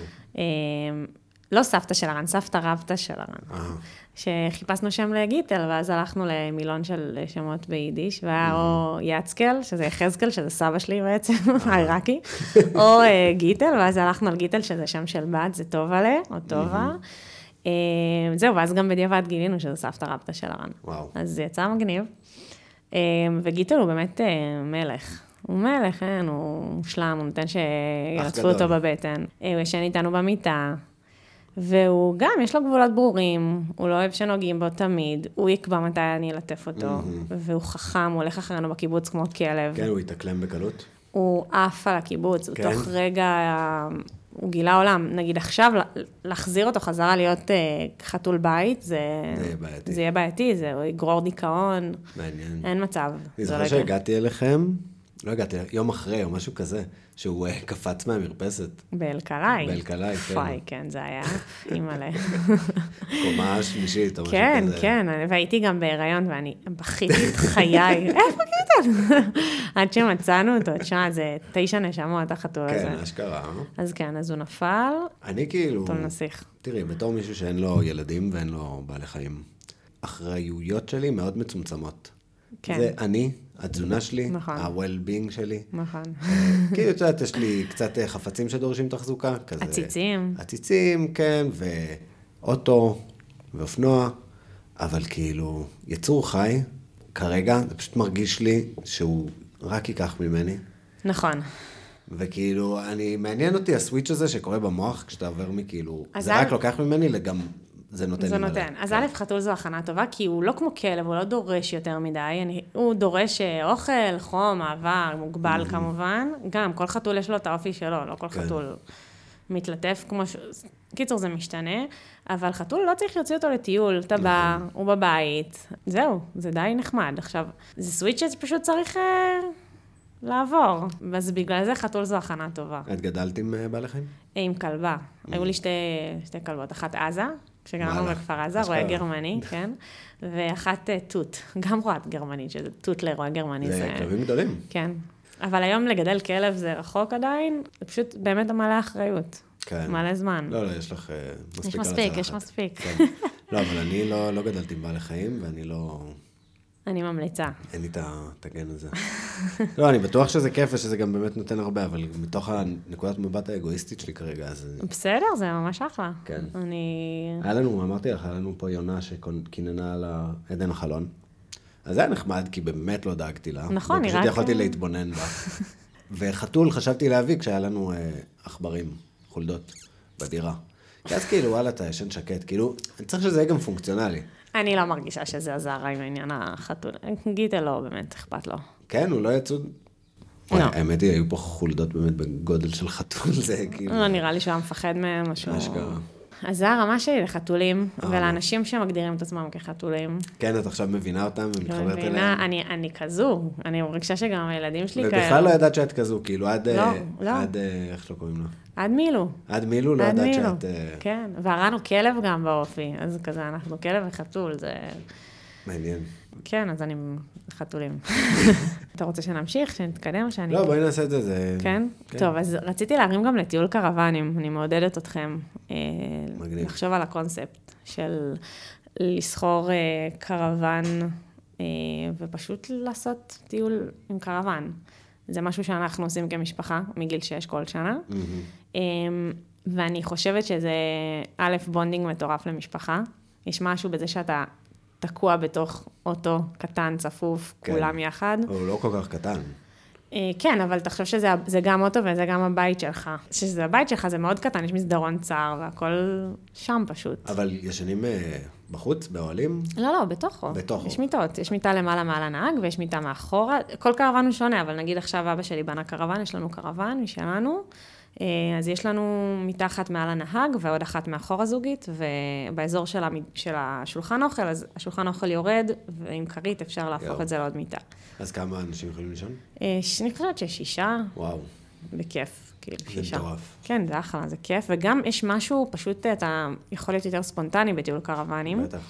לא סבתא של הרן, סבתא רבתא של הרן. שחיפשנו שם לגיטל, ואז הלכנו למילון של שמות ביידיש, והיה או יצקל, שזה יחזקאל, שזה סבא שלי בעצם, העיראקי, או גיטל, ואז הלכנו על גיטל, שזה שם של בת, זה טובה, או טובה. זהו, ואז גם בדיעבד גילינו שזה סבתא רבתא של הרן. וואו. אז זה יצא מגניב. וגיטל הוא באמת מלך. הוא מלך, אין, הוא שלם, הוא נותן שירצפו אותו בבטן. הוא ישן איתנו במיטה, והוא גם, יש לו גבולות ברורים, הוא לא אוהב שנוגעים בו תמיד, הוא יקבע מתי אני אלטף אותו, והוא חכם, הוא הולך אחרינו בקיבוץ כמו כלב. כן, הוא יתאקלם בקלות. הוא עף על הקיבוץ, הוא תוך רגע, הוא גילה עולם. נגיד עכשיו, להחזיר אותו חזרה להיות חתול בית, זה יהיה בעייתי, זה יגרור דיכאון. מעניין. אין מצב. אני זוכר שהגעתי אליכם, לא הגעתי, יום אחרי, או משהו כזה, שהוא קפץ מהמרפסת. באלקלעי. באלקלעי, כן. פוי, כן, זה היה אימא'לה. קומה שלישית, או משהו כן, כזה. כן, והייתי גם בהיריון, ואני בכיתי את חיי. איפה קיטן? עד שמצאנו אותו, תשמע, זה תשע נשמות, החתול הזה. כן, אשכרה. אז כן, אז הוא נפל. אני כאילו... חתול נסיך. תראי, בתור מישהו שאין לו ילדים ואין לו בעלי חיים, אחריויות שלי מאוד מצומצמות. כן. זה אני, התזונה שלי, נכון. ה-well-being שלי. נכון. כאילו, את יודעת, יש לי קצת חפצים שדורשים תחזוקה, כזה. עציצים. עציצים, כן, ואוטו, ואופנוע, אבל כאילו, יצור חי, כרגע, זה פשוט מרגיש לי שהוא רק ייקח ממני. נכון. וכאילו, אני, מעניין אותי הסוויץ' הזה שקורה במוח, כשאתה עובר מכאילו, זה על... רק לוקח ממני, לגם זה נותן זה לי נותן. מלא. אז א', חתול זו הכנה טובה, כי הוא לא כמו כלב, הוא לא דורש יותר מדי, אני, הוא דורש אוכל, חום, אהבה, מוגבל mm-hmm. כמובן. גם, כל חתול יש לו את האופי שלו, לא כל כן. חתול מתלטף כמו ש... קיצור, זה משתנה, אבל חתול לא צריך להוציא אותו לטיול, אתה בא, הוא בבית, זהו, זה די נחמד. עכשיו, זה סוויץ' שפשוט צריך אה, לעבור, אז בגלל זה חתול זו הכנה טובה. את גדלת עם בעלי חיים? עם כלבה. היו לי שתי, שתי כלבות, אחת עזה, כשגרנו בכפר עזה, רועה גרמני, כן, ואחת תות, גם רועה גרמנית, שזה תות לרועה גרמני. זה כלבים גדולים. כן, אבל היום לגדל כלב זה רחוק עדיין, זה פשוט באמת מלא אחריות. כן. מלא זמן. לא, לא, יש לך מספיק יש מספיק, יש מספיק. כן. לא, אבל אני לא, לא גדלתי עם בעלי חיים, ואני לא... אני ממליצה. אין לי את הגן הזה. לא, אני בטוח שזה כיף ושזה גם באמת נותן הרבה, אבל מתוך הנקודת מבט האגואיסטית שלי כרגע, אז... בסדר, זה ממש אחלה. כן. אני... היה לנו, אמרתי לך, היה לנו פה יונה שכיננה על עדן החלון. אז זה היה נחמד, כי באמת לא דאגתי לה. נכון, נראה... ופשוט יכולתי להתבונן בה. וחתול חשבתי להביא כשהיה לנו עכברים, חולדות, בדירה. כי אז כאילו, וואלה, אתה ישן שקט. כאילו, אני צריך שזה יהיה גם פונקציונלי. אני לא מרגישה שזה עזר עם העניין החתול. גיטה לא, באמת, אכפת לו. כן, הוא לא יצוד. לא. האמת היא, היו פה חולדות באמת בגודל של חתול, זה כאילו... לא, נראה לי שהוא היה מפחד מהם, משהו... אשכרה. אז זה הרמה שלי לחתולים, ולאנשים שמגדירים את עצמם כחתולים. כן, את עכשיו מבינה אותם ומתחברת אליהם. אני, אני כזו, אני מרגישה שגם הילדים שלי כאלה. ובכלל לא ידעת שאת כזו, כאילו עד... לא, לא. עד, איך לא קוראים לו? עד מילו. עד מילו, לא ידעת שאת... כן, והראינו כלב גם באופי, אז כזה, אנחנו כלב וחתול, זה... מעניין. כן, אז אני חתולים. אתה רוצה שנמשיך, שנתקדם או שאני... לא, בואי נעשה את זה, זה... כן? טוב, אז רציתי להרים גם לטיול קרוונים, אני מעודדת אתכם. מגניב. לחשוב על הקונספט של לסחור קרוון, ופשוט לעשות טיול עם קרוון. זה משהו שאנחנו עושים כמשפחה, מגיל שש כל שנה. ואני חושבת שזה א', בונדינג מטורף למשפחה. יש משהו בזה שאתה... תקוע בתוך אוטו קטן, צפוף, כן. כולם יחד. הוא לא כל כך קטן. כן, אבל תחשוב שזה גם אוטו וזה גם הבית שלך. שזה הבית שלך, זה מאוד קטן, יש מסדרון צר והכל שם פשוט. אבל ישנים בחוץ, באוהלים? לא, לא, בתוכו. בתוכו. יש מיטות, יש מיטה למעלה מעל הנהג ויש מיטה מאחורה. כל קרוון הוא שונה, אבל נגיד עכשיו אבא שלי בנה קרוון, יש לנו קרוון משלנו. אז יש לנו מיטה אחת מעל הנהג, ועוד אחת מאחור הזוגית, ובאזור של, המ... של השולחן אוכל, אז השולחן אוכל יורד, ועם כרית אפשר להפוך יו. את זה לעוד מיטה. אז כמה אנשים יכולים לישון? אני חושבת ששישה. וואו. בכיף, כאילו, זה שישה. מטורף. כן, זה אחלה, זה כיף, וגם יש משהו, פשוט אתה יכול להיות יותר ספונטני בטיול קרוונים. בטח.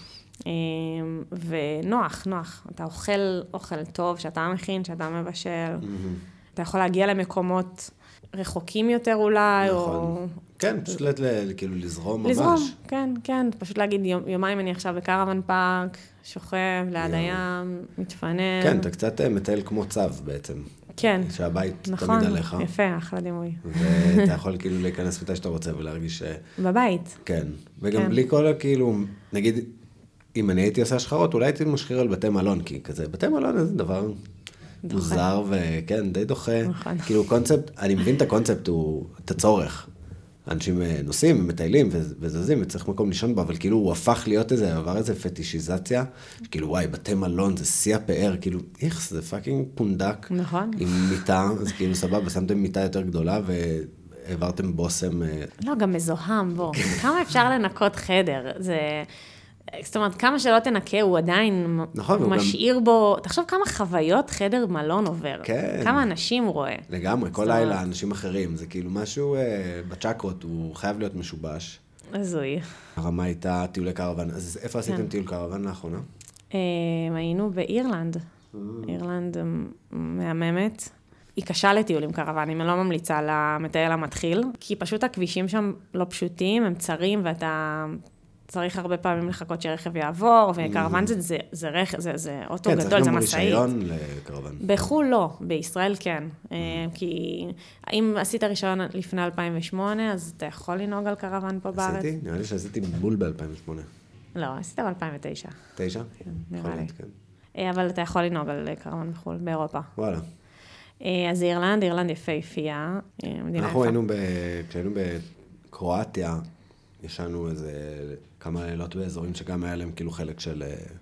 ונוח, נוח. אתה אוכל אוכל טוב, שאתה מכין, שאתה מבשל. Mm-hmm. אתה יכול להגיע למקומות... רחוקים יותר אולי, נכון. או... כן, פשוט לת, כאילו לזרום ממש. לזרום, כן, כן. פשוט להגיד, יומיים אני עכשיו בקרוון פארק, שוכב ליד הים, מתפנה. כן, אתה קצת מטייל כמו צו בעצם. כן. שהבית נכון, תמיד עליך. יפה, אחלה דימוי. ואתה יכול כאילו להיכנס מתי שאתה רוצה ולהרגיש... בבית. כן. וגם כן. בלי כל כאילו, נגיד, אם אני הייתי עושה שחרות, אולי הייתי משחיר על בתי מלון, כי כזה, בתי מלון זה דבר... מוזר וכן, די דוחה. נכון. כאילו קונספט, אני מבין את הקונספט, הוא את הצורך, אנשים נוסעים ומטיילים וזזים, וצריך מקום לישון בו, אבל כאילו הוא הפך להיות איזה, עבר איזה פטישיזציה, כאילו וואי, בתי מלון, זה שיא הפאר, כאילו, איך, זה פאקינג פונדק. נכון. עם מיטה, אז כאילו סבבה, שמתם מיטה יותר גדולה, והעברתם בוסם. לא, גם מזוהם, בוא. כמה אפשר לנקות חדר? זה... זאת אומרת, כמה שלא תנקה, הוא עדיין נכון, משאיר גם... בו, תחשוב כמה חוויות חדר מלון עובר. כן. כמה אנשים הוא רואה. לגמרי, כל לילה אנשים אחרים. זה כאילו משהו אה, בצ'קרות, הוא חייב להיות משובש. הזוי. הרמה הייתה טיולי קרוון. אז איפה עשיתם כן. טיול קרוון לאחרונה? אה, היינו באירלנד. Mm. אירלנד מהממת. היא קשה לטיולים קרוונים, אני לא ממליצה למטייל המתחיל, כי פשוט הכבישים שם לא פשוטים, הם צרים ואתה... צריך הרבה פעמים לחכות שרכב יעבור, וקרוון זה, זה, זה, רכב, זה, זה אוטו כן, גדול, זה מסעית. כן, צריך גם רישיון לקרוון. בחו"ל לא, בישראל כן. כי אם עשית רישיון לפני אלפיים ושמונה, אז אתה יכול לנהוג על קרוון פה בארץ. עשיתי? נראה לי שעשיתי בול ב-אלפיים ושמונה. לא, עשית ב-אלפיים ותשע. תשע? כן, נראה לי. אבל אתה יכול לנהוג על קרוון בחו"ל, באירופה. וואלה. אז אירלנד, אירלנד יפהפייה. אנחנו היינו, כשהיינו בקרואטיה, ישנו איזה כמה לילות באזורים שגם היה להם כאילו חלק של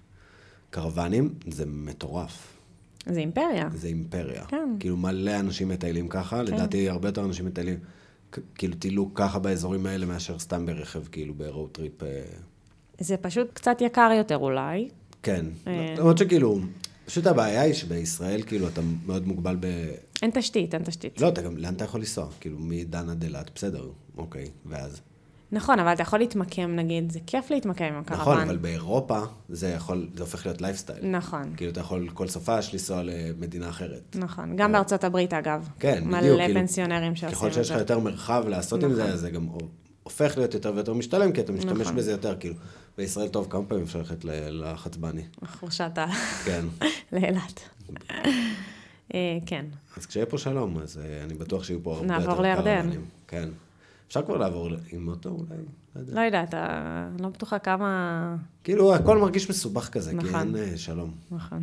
קרוונים, זה מטורף. זה אימפריה. זה אימפריה. כן. כאילו מלא אנשים מטיילים ככה, כן. לדעתי הרבה יותר אנשים מטיילים, כאילו טיילו ככה באזורים האלה מאשר סתם ברכב, כאילו ברוד טריפ. זה פשוט קצת יקר יותר אולי. כן. למרות שכאילו, פשוט הבעיה היא שבישראל כאילו אתה מאוד מוגבל ב... אין תשתית, אין תשתית. לא, אתה גם, לאן אתה יכול לנסוע? כאילו מדן עד אילת, בסדר, אוקיי, ואז... נכון, אבל אתה יכול להתמקם, נגיד, זה כיף להתמקם עם הקרוון. נכון, אבל באירופה זה יכול, זה הופך להיות לייפסטייל. נכון. כאילו אתה יכול כל סופש לנסוע למדינה אחרת. נכון, גם בארצות הברית אגב. כן, בדיוק. מלא פנסיונרים שעושים את זה. ככל שיש לך יותר מרחב לעשות עם זה, זה גם הופך להיות יותר ויותר משתלם, כי אתה משתמש בזה יותר, כאילו. בישראל טוב, כמה פעמים אפשר ללכת לחצבני. חורשת כן. לאילת. כן. אז כשיהיה פה שלום, אז אני בטוח שיהיו פה הרבה יותר נעבור לירדן. כן. אפשר כבר לעבור עם אוטו אולי? לא יודעת, לא בטוחה כמה... כאילו, הכל מרגיש מסובך כזה, כי נכון. אין שלום. נכון.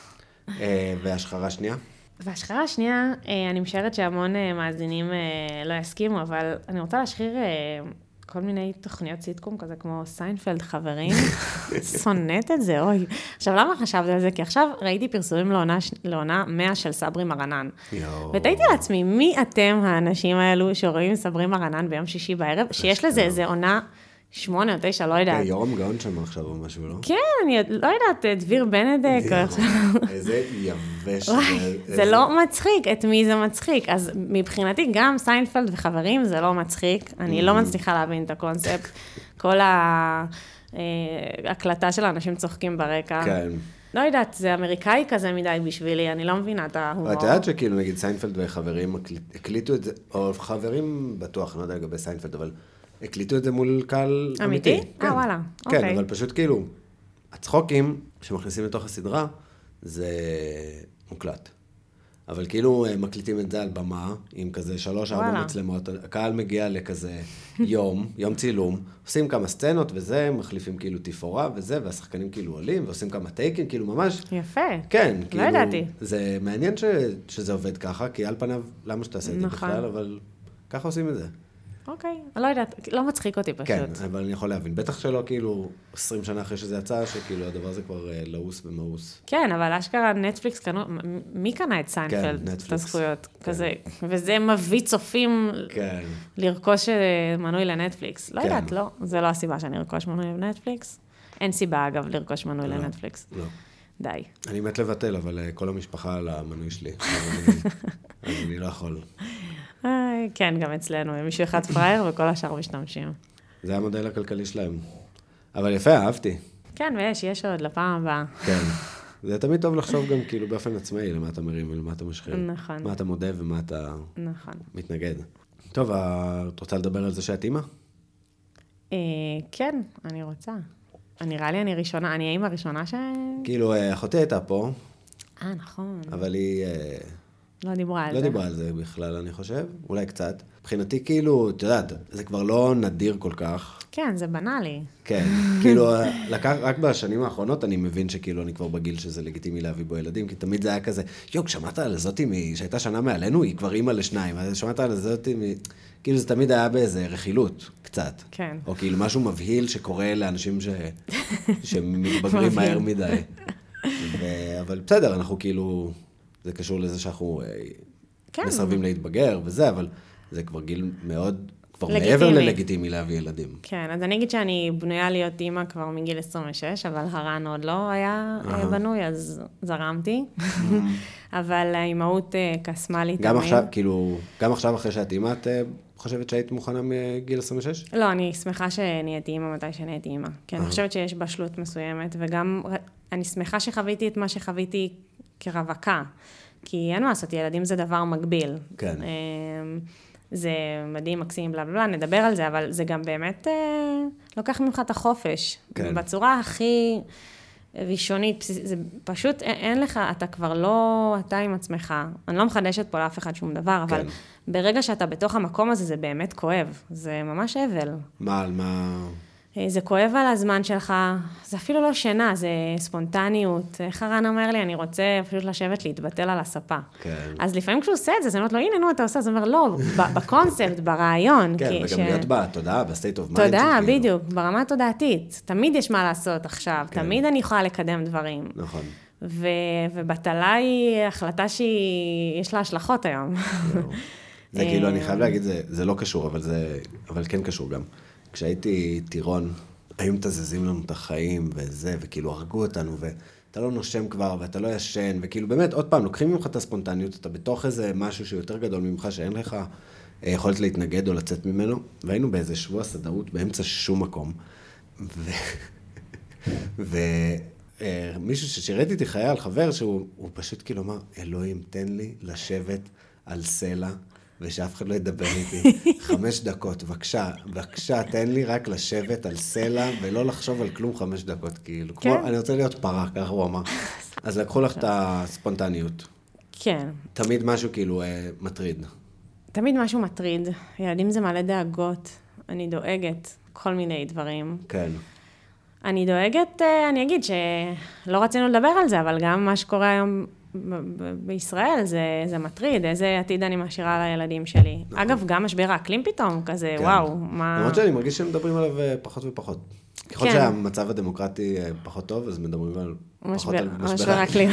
והשחרה השנייה? והשחרה השנייה, אני משערת שהמון מאזינים לא יסכימו, אבל אני רוצה להשחיר כל מיני תוכניות סיטקום כזה, כמו סיינפלד חברים. שונאת את זה, אוי. עכשיו, למה חשבתי על זה? כי עכשיו ראיתי פרסומים לעונה, לעונה מאה של סברי מרנן. ותהיתי לעצמי, מי אתם האנשים האלו שרואים סברי מרנן ביום שישי בערב, שיש לזה איזה עונה שמונה או תשע, לא יודעת. יורם גאון שם עכשיו או משהו, לא? כן, אני לא יודעת, דביר בנדק. איזה יבש. זה לא מצחיק, את מי זה מצחיק. אז מבחינתי גם סיינפלד וחברים זה לא מצחיק. אני לא מצליחה להבין את הקונספט. כל ההקלטה של האנשים צוחקים ברקע. כן. לא יודעת, זה אמריקאי כזה מדי בשבילי, אני לא מבינה את ההומור. את יודעת שכאילו נגיד סיינפלד וחברים הקליטו את זה, או חברים בטוח, אני לא יודע לגבי סיינפלד, אבל... הקליטו את זה מול קהל אמיתי. אמיתי? אה, וואלה. כן, אבל פשוט כאילו, הצחוקים שמכניסים לתוך הסדרה, זה מוקלט. אבל כאילו מקליטים את זה על במה, עם כזה שלוש, ארבע מצלמות, הקהל מגיע לכזה יום, יום צילום, עושים כמה סצנות וזה, מחליפים כאילו תפאורה וזה, והשחקנים כאילו עולים, ועושים כמה טייקים, כאילו ממש... יפה. כן, כאילו... לא ידעתי. זה מעניין שזה עובד ככה, כי על פניו, למה שאתה עושה את זה בכלל, אבל ככה עושים את זה. אוקיי, לא יודעת, לא מצחיק אותי פשוט. כן, אבל אני יכול להבין. בטח שלא כאילו עשרים שנה אחרי שזה יצא, שכאילו הדבר הזה כבר לעוס ומאוס. כן, אבל אשכרה נטפליקס קנו, מי קנה את סיינפלד? את הזכויות? כזה, וזה מביא צופים לרכוש מנוי לנטפליקס. לא יודעת, לא. זה לא הסיבה שאני ארכוש מנוי לנטפליקס. אין סיבה, אגב, לרכוש מנוי לנטפליקס. לא. די. אני מת לבטל, אבל כל המשפחה על המנוי שלי. אז אני לא יכול. כן, גם אצלנו, מישהו אחד פרייר וכל השאר משתמשים. זה המודל הכלכלי שלהם. אבל יפה, אהבתי. כן, ויש, יש עוד לפעם הבאה. כן. זה תמיד טוב לחשוב גם כאילו באופן עצמאי, למה אתה מרים ולמה אתה משחרר. נכון. מה אתה מודה ומה אתה נכון. מתנגד. טוב, את רוצה לדבר על זה שאת אימא? כן, אני רוצה. נראה לי אני ראשונה, אני האימא הראשונה ש... כאילו, אחותי הייתה פה. אה, נכון. אבל היא... לא דיברה על זה. לא דיברה על זה בכלל, אני חושב. אולי קצת. מבחינתי, כאילו, את יודעת, זה כבר לא נדיר כל כך. כן, זה בנאלי. כן, כאילו, לקח, רק בשנים האחרונות אני מבין שכאילו אני כבר בגיל שזה לגיטימי להביא בו ילדים, כי תמיד זה היה כזה, יוק, שמעת על זאתי שהייתה שנה מעלינו, היא כבר אימא לשניים, אז שמעת על זאתי מ... כאילו זה תמיד היה באיזה רכילות, קצת. כן. או כאילו משהו מבהיל שקורה לאנשים ש... שמתבגרים מהר מדי. ו... אבל בסדר, אנחנו כאילו, זה קשור לזה שאנחנו כן. מסרבים להתבגר וזה, אבל זה כבר גיל מאוד... כבר לגיטימי. מעבר ללגיטימי להביא ילדים. כן, אז אני אגיד שאני בנויה להיות אימא כבר מגיל עשרים ושש, אבל הרן עוד לא היה uh-huh. בנוי, אז זרמתי. Uh-huh. אבל האימהות קסמה לי תמיד. גם עכשיו, כאילו, גם עכשיו אחרי שאת אימא, את חושבת שהיית מוכנה מגיל עשרים ושש? לא, אני שמחה שנהייתי אימא מתי שנהייתי אימא. כי אני חושבת שיש בשלות מסוימת, וגם אני שמחה שחוויתי את מה שחוויתי כרווקה. כי אין מה לעשות, ילדים זה דבר מגביל. כן. זה מדהים, מקסים, בלה בלה, נדבר על זה, אבל זה גם באמת אה, לוקח ממך את החופש. כן. בצורה הכי ראשונית, זה פשוט, אין, אין לך, אתה כבר לא, אתה עם עצמך. אני לא מחדשת פה לאף אחד שום דבר, אבל כן. ברגע שאתה בתוך המקום הזה, זה באמת כואב. זה ממש אבל. מה, על מה... זה כואב על הזמן שלך, זה אפילו לא שינה, זה ספונטניות. איך הרן אומר לי, אני רוצה פשוט לשבת להתבטל על הספה. כן. אז לפעמים כשהוא עושה את זה, זה אומרת לו, הנה, נו, אתה עושה, זה אומר, לא, בקונספט, ברעיון. כן, וגם להיות בתודעה, בסטייט אוף מיינד. תודעה, בדיוק, ברמה התודעתית. תמיד יש מה לעשות עכשיו, תמיד אני יכולה לקדם דברים. נכון. ובטלה היא החלטה שיש לה השלכות היום. זה כאילו, אני חייב להגיד, זה לא קשור, אבל כן קשור גם. כשהייתי טירון, היו מתזזים לנו את החיים וזה, וכאילו הרגו אותנו, ואתה לא נושם כבר, ואתה לא ישן, וכאילו באמת, עוד פעם, לוקחים ממך את הספונטניות, אתה בתוך איזה משהו שיותר גדול ממך, שאין לך יכולת להתנגד או לצאת ממנו, והיינו באיזה שבוע סדרות, באמצע שום מקום, ו... ומישהו ששירת איתי חייל, חבר, שהוא פשוט כאילו אמר, אלוהים, תן לי לשבת על סלע, ושאף אחד לא ידבר איתי. חמש דקות, בבקשה, בבקשה, תן לי רק לשבת על סלע, ולא לחשוב על כלום חמש דקות, כאילו. כן. כמו, אני רוצה להיות פרה, ככה הוא אמר. אז לקחו לך את הספונטניות. כן. תמיד משהו כאילו אה, מטריד. תמיד משהו מטריד. ילדים זה מלא דאגות. אני דואגת כל מיני דברים. כן. אני דואגת, אני אגיד שלא רצינו לדבר על זה, אבל גם מה שקורה היום בישראל זה, זה מטריד, איזה עתיד אני משאירה לילדים שלי. נכון. אגב, גם משבר האקלים פתאום, כזה, כן. וואו, מה... למרות שאני מרגיש שהם מדברים עליו פחות ופחות. ככל כן. שהמצב הדמוקרטי פחות טוב, אז מדברים על משבר, פחות על משבר, משבר האקלים.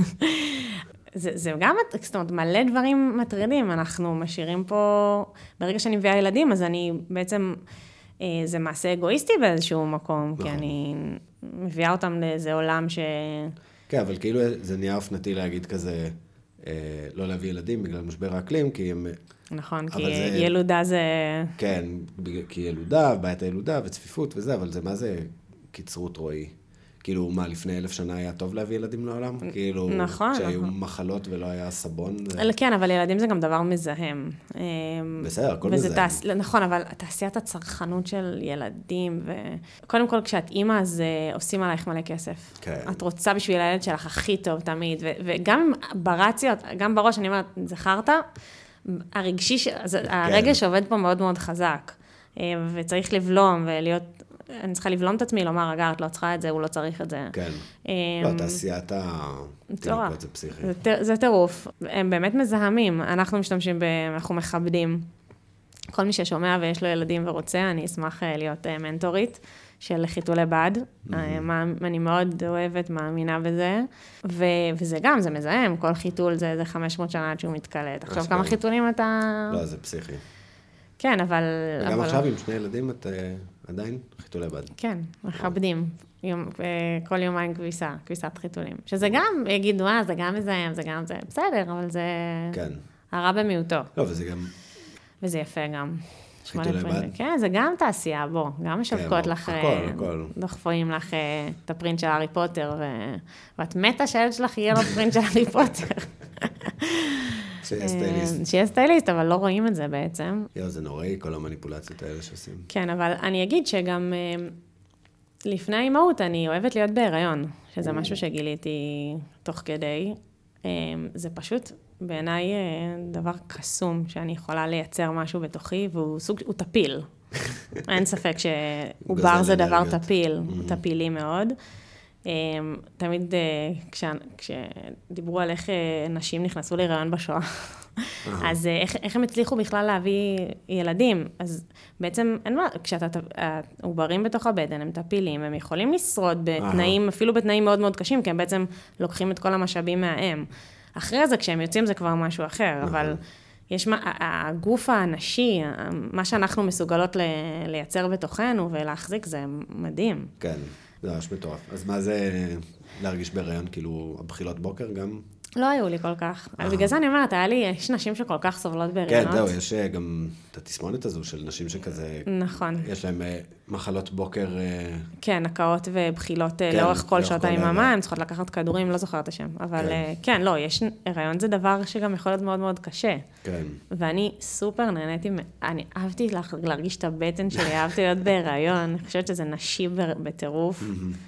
זה, זה גם, זאת אומרת, מלא דברים מטרידים. אנחנו משאירים פה, ברגע שאני מביאה ילדים, אז אני בעצם, זה מעשה אגואיסטי באיזשהו מקום, נכון. כי אני מביאה אותם לאיזה עולם ש... כן, אבל כאילו זה נהיה אופנתי להגיד כזה, אה, לא להביא ילדים בגלל משבר האקלים, כי הם... נכון, כי זה, ילודה זה... כן, כי ילודה, בעיית הילודה וצפיפות וזה, אבל זה מה זה קיצרות רואי? כאילו, מה, לפני אלף שנה היה טוב להביא ילדים לעולם? כאילו, נכון. כשהיו נכון. מחלות ולא היה סבון? זה... כן, אבל ילדים זה גם דבר מזהם. בסדר, הכל מזהם. תעש... נכון, אבל תעשיית הצרכנות של ילדים, ו... קודם כל, כשאת אימא, אז עושים עלייך מלא כסף. כן. את רוצה בשביל הילד שלך הכי טוב תמיד, ו... וגם ברציות, גם בראש, אני אומרת, זכרת, הרגשי, ש... כן. הרגש עובד פה מאוד מאוד חזק, וצריך לבלום ולהיות... אני צריכה לבלום את עצמי, לומר, רגע, את לא צריכה את זה, הוא לא צריך את זה. כן. לא, תעשיית התינוקות זה פסיכי. זה טירוף. הם באמת מזהמים. אנחנו משתמשים, אנחנו מכבדים. כל מי ששומע ויש לו ילדים ורוצה, אני אשמח להיות מנטורית של חיתולי בד. אני מאוד אוהבת, מאמינה בזה. וזה גם, זה מזהם. כל חיתול זה חמש מאות שנה עד שהוא מתקלט. עכשיו, כמה חיתולים אתה... לא, זה פסיכי. כן, אבל... וגם עכשיו עם שני ילדים את עדיין חיתולי בד. כן, מכבדים. כל יומיים כביסה, כביסת חיתולים. שזה גם, יגידו, אה, זה גם מזהם, זה גם זה, בסדר, אבל זה... כן. הרע במיעוטו. לא, וזה גם... וזה יפה גם. חיתולי בד. כן, זה גם תעשייה, בוא. גם משווקות לך... הכל, הכל. דוחפים לך את הפרינט של הארי פוטר, ואת מתה שהילד שלך יהיה לו פרינט של הארי פוטר. שיהיה סטייליסט. שיהיה סטייליסט, אבל לא רואים את זה בעצם. יו, זה נוראי, כל המניפולציות האלה שעושים. כן, אבל אני אגיד שגם לפני האימהות, אני אוהבת להיות בהיריון, שזה משהו שגיליתי תוך כדי. זה פשוט בעיניי דבר קסום, שאני יכולה לייצר משהו בתוכי, והוא סוג, הוא טפיל. אין ספק שעובר זה דבר טפיל, טפילי מאוד. תמיד כשדיברו על איך נשים נכנסו להיריון בשואה, אז איך הם הצליחו בכלל להביא ילדים? אז בעצם, כשהעוברים בתוך הבטן, הם טפילים, הם יכולים לשרוד בתנאים, אפילו בתנאים מאוד מאוד קשים, כי הם בעצם לוקחים את כל המשאבים מהאם. אחרי זה, כשהם יוצאים, זה כבר משהו אחר, אבל יש הגוף הנשי, מה שאנחנו מסוגלות לייצר בתוכנו ולהחזיק, זה מדהים. כן. זה ממש מטורף. אז מה זה להרגיש בהיריון? כאילו, הבחילות בוקר גם? לא היו לי כל כך. בגלל זה אני אומרת, היה לי, יש נשים שכל כך סובלות בהיריונות. כן, זהו, יש גם את התסמונת הזו של נשים שכזה... נכון. יש להם מחלות בוקר... כן, הקאות ובחילות לאורך כל שעות היממה, הן צריכות לקחת כדורים, לא זוכרת השם. אבל כן, לא, יש... הריון זה דבר שגם יכול להיות מאוד מאוד קשה. כן. ואני סופר נהניתי, אני אהבתי להרגיש את הבטן שלי, אהבתי להיות בהיריון, אני חושבת שזה נשי בטירוף.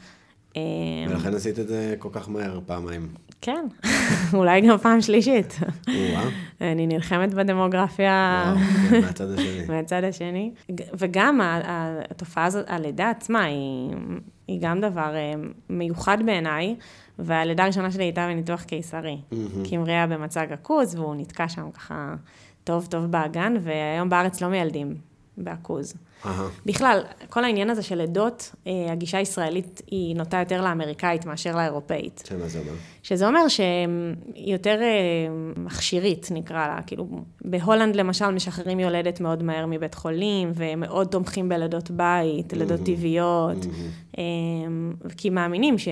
ולכן עשית את זה כל כך מהר, פעמיים. כן, אולי גם פעם שלישית. אני נלחמת בדמוגרפיה. מהצד השני. מהצד השני. וגם התופעה הזאת, הלידה עצמה, היא גם דבר מיוחד בעיניי, והלידה הראשונה שלי הייתה בניתוח קיסרי. כי אמריה במצג עכוז, והוא נתקע שם ככה טוב טוב באגן, והיום בארץ לא מילדים בעכוז. בכלל, כל העניין הזה של לידות, הגישה הישראלית היא נוטה יותר לאמריקאית מאשר לאירופאית. שמה זה אומר? שזה אומר שהיא יותר מכשירית, נקרא לה. כאילו, בהולנד למשל משחררים יולדת מאוד מהר מבית חולים, ומאוד תומכים בלידות בית, לידות טבעיות, כי מאמינים ש...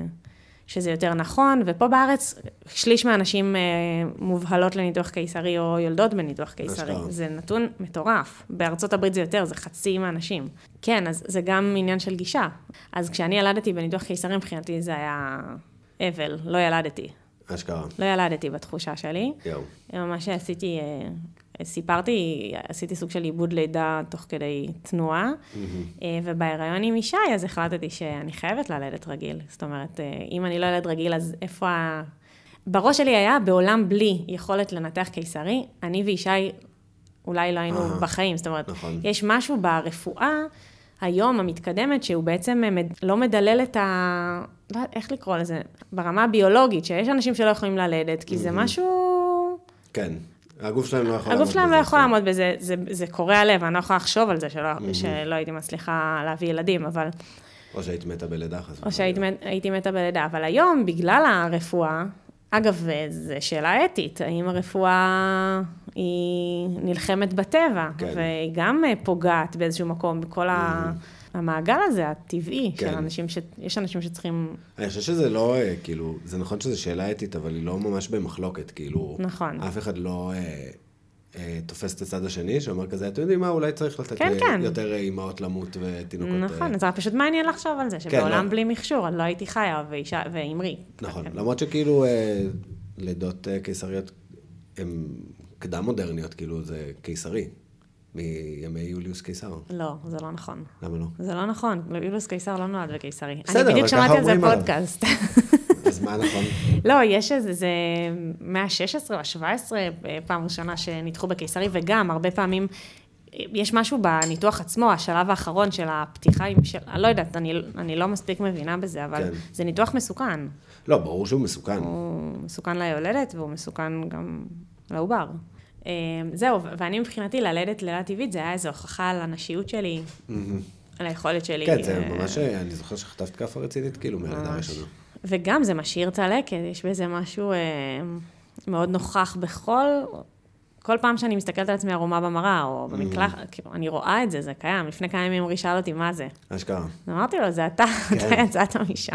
שזה יותר נכון, ופה בארץ שליש מהאנשים מובהלות לניתוח קיסרי או יולדות בניתוח קיסרי. זה נתון מטורף. בארצות הברית זה יותר, זה חצי מהאנשים. כן, אז זה גם עניין של גישה. אז כשאני ילדתי בניתוח קיסרי, מבחינתי זה היה אבל, לא ילדתי. אשכרה. לא ילדתי בתחושה שלי. יו. מה שעשיתי, סיפרתי, עשיתי סוג של עיבוד לידה תוך כדי תנועה, ובהיריון עם אישה, אז החלטתי שאני חייבת ללדת רגיל. זאת אומרת, אם אני לא ילד רגיל, אז איפה ה... בראש שלי היה, בעולם בלי יכולת לנתח קיסרי, אני ואישי אולי לא היינו בחיים. זאת אומרת, יש משהו ברפואה, היום המתקדמת, שהוא בעצם לא מדלל את ה... לא יודעת איך לקרוא לזה, ברמה הביולוגית, שיש אנשים שלא יכולים ללדת, כי זה משהו... כן. הגוף שלהם לא יכול לעמוד בזה. הגוף שלהם לא יכול לעמוד בזה, זה, זה קורע הלב, אני לא יכולה לחשוב על זה, שלא, שלא הייתי מצליחה להביא ילדים, אבל... או שהיית מתה בלידה. או שהייתי מתה בלידה, אבל היום, בגלל הרפואה, אגב, זו שאלה אתית, האם הרפואה היא נלחמת בטבע, כן. והיא גם פוגעת באיזשהו מקום, בכל ה... המעגל הזה, הטבעי, כן. של אנשים ש... יש אנשים שצריכים... אני חושב שזה לא, כאילו, זה נכון שזו שאלה אתית, אבל היא לא ממש במחלוקת, כאילו... נכון. אף אחד לא אה, אה, תופס את הצד השני, שאומר כזה, אתם יודעים מה, אולי צריך לתת כן, לי כן. יותר אימהות למות ותינוקות... נכון, אה... זה פשוט מעניין לחשוב על זה, שבעולם כן, לא... בלי מכשור, אני לא הייתי חיה ואישה, ואמרי. נכון, כן. למרות שכאילו אה, לידות אה, קיסריות, הן קדם מודרניות, כאילו זה קיסרי. מימי יוליוס קיסר. לא, זה לא נכון. למה לא? זה לא נכון. יוליוס קיסר לא נולד בקיסרי. בסדר, אני בדיוק שמעתי על זה פודקאסט. אז מה נכון? לא, יש איזה, זה מאה ה-שש עשרה או ה-שבע עשרה, פעם ראשונה שניתחו בקיסרי, וגם הרבה פעמים, יש משהו בניתוח עצמו, השלב האחרון של הפתיחה, של, אני לא יודעת, אני, אני לא מספיק מבינה בזה, אבל כן. זה ניתוח מסוכן. לא, ברור שהוא מסוכן. הוא מסוכן ליולדת, והוא מסוכן גם לעובר. זהו, ואני מבחינתי ללדת לידה טבעית, זה היה איזו הוכחה על הנשיות שלי, על היכולת שלי. כן, זה ממש, אני זוכר שחטפת כפה רצינית, כאילו, מהלידה הראשונה. וגם זה משאיר צלקת, יש בזה משהו מאוד נוכח בכל, כל פעם שאני מסתכלת על עצמי ערומה במראה, או במקלחת, כאילו, אני רואה את זה, זה קיים. לפני כמה ימים אמרי שאל אותי מה זה. אשכרה. אמרתי לו, זה אתה, אתה יצאת משם.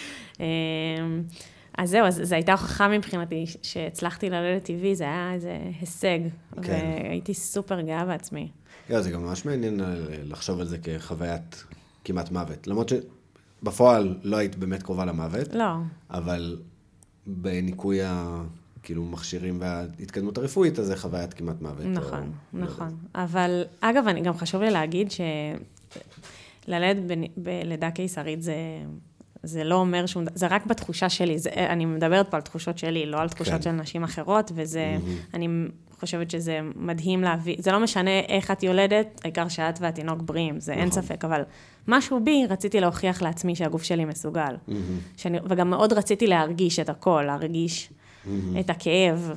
אז זהו, אז זו הייתה הוכחה מבחינתי שהצלחתי ללדת טבעי, זה היה איזה הישג, והייתי סופר גאה בעצמי. זה גם ממש מעניין לחשוב על זה כחוויית כמעט מוות, למרות שבפועל לא היית באמת קרובה למוות, לא. אבל בניקוי כאילו מכשירים וההתקדמות הרפואית, אז זה חוויית כמעט מוות. נכון, נכון. אבל אגב, גם חשוב לי להגיד שללדת בלידה קיסרית זה... זה לא אומר שום, זה רק בתחושה שלי, זה, אני מדברת פה על תחושות שלי, לא על תחושות כן. של נשים אחרות, וזה, mm-hmm. אני חושבת שזה מדהים להביא, זה לא משנה איך את יולדת, העיקר שאת והתינוק בריאים, זה נכון. אין ספק, אבל משהו בי, רציתי להוכיח לעצמי שהגוף שלי מסוגל, mm-hmm. שאני, וגם מאוד רציתי להרגיש את הכל, להרגיש mm-hmm. את הכאב,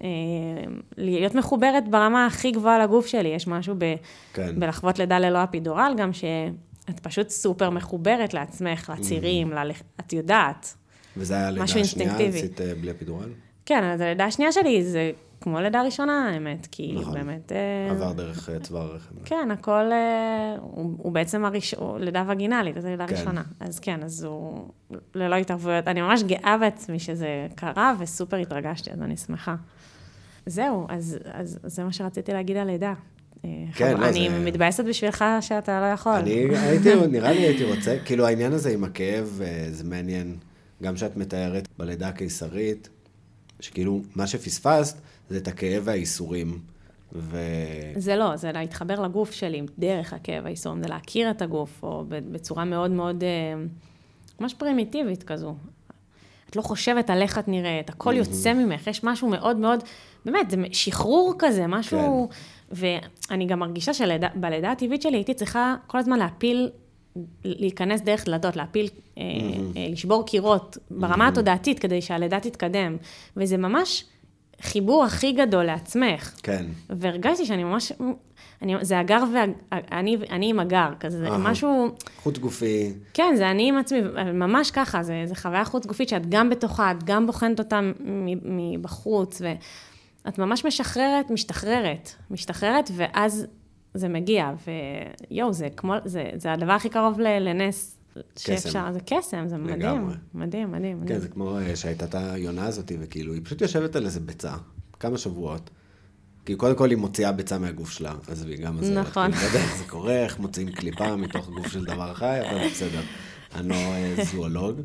להיות מחוברת ברמה הכי גבוהה לגוף שלי, יש משהו ב, כן. בלחוות לידה ללא אפידורל, גם ש... את פשוט סופר מחוברת לעצמך, לצירים, ל... את יודעת. וזה היה לידה השנייה, עשית בלי אפידורל? כן, אז הלידה השנייה שלי זה כמו לידה ראשונה, האמת, כי נכון. באמת... עבר דרך צוואר הרחם. כן, הכל, הוא, הוא בעצם הראש... לידה וגינלית, אז לידה כן. ראשונה. אז כן, אז הוא ללא התערבויות. אני ממש גאה בעצמי שזה קרה, וסופר התרגשתי, אז אני שמחה. זהו, אז, אז זה מה שרציתי להגיד על לידה. כן, לא, אני זה... מתבאסת בשבילך שאתה לא יכול. אני הייתי, נראה לי הייתי רוצה, כאילו העניין הזה עם הכאב, זה מעניין, גם שאת מתארת בלידה הקיסרית, שכאילו מה שפספסת זה את הכאב והאיסורים. ו... זה לא, זה להתחבר לגוף שלי דרך הכאב והאיסורים, זה להכיר את הגוף, או בצורה מאוד מאוד, ממש פרימיטיבית כזו. את לא חושבת על איך את נראית, הכל יוצא ממך, יש משהו מאוד מאוד, באמת, זה שחרור כזה, משהו... כן. ואני גם מרגישה שבלידה הטבעית שלי הייתי צריכה כל הזמן להפיל, להיכנס דרך דלתות, להפיל, mm-hmm. לשבור קירות ברמה mm-hmm. התודעתית כדי שהלידה תתקדם. וזה ממש חיבור הכי גדול לעצמך. כן. והרגשתי שאני ממש, אני, זה אגר ואני אני עם אגר, כזה, זה משהו... חוץ גופי. כן, זה אני עם עצמי, ממש ככה, זה, זה חוויה חוץ גופית שאת גם בתוכה, את גם בוחנת אותה מבחוץ, ו... את ממש משחררת, משתחררת, משתחררת, ואז זה מגיע, ויואו, זה כמו, זה, זה הדבר הכי קרוב לנס שאפשר, זה קסם, זה מדהים, מדהים, מדהים. כן, זה כמו שהייתה את היונה הזאת, וכאילו, היא פשוט יושבת על איזה ביצה, כמה שבועות, כי קודם כל היא מוציאה ביצה מהגוף שלה, אז היא גם עזרת, נכון. כי לא יודע איך זה קורה, איך מוציאים קליפה מתוך גוף של דבר חי, אבל בסדר, אני לא זואולוג,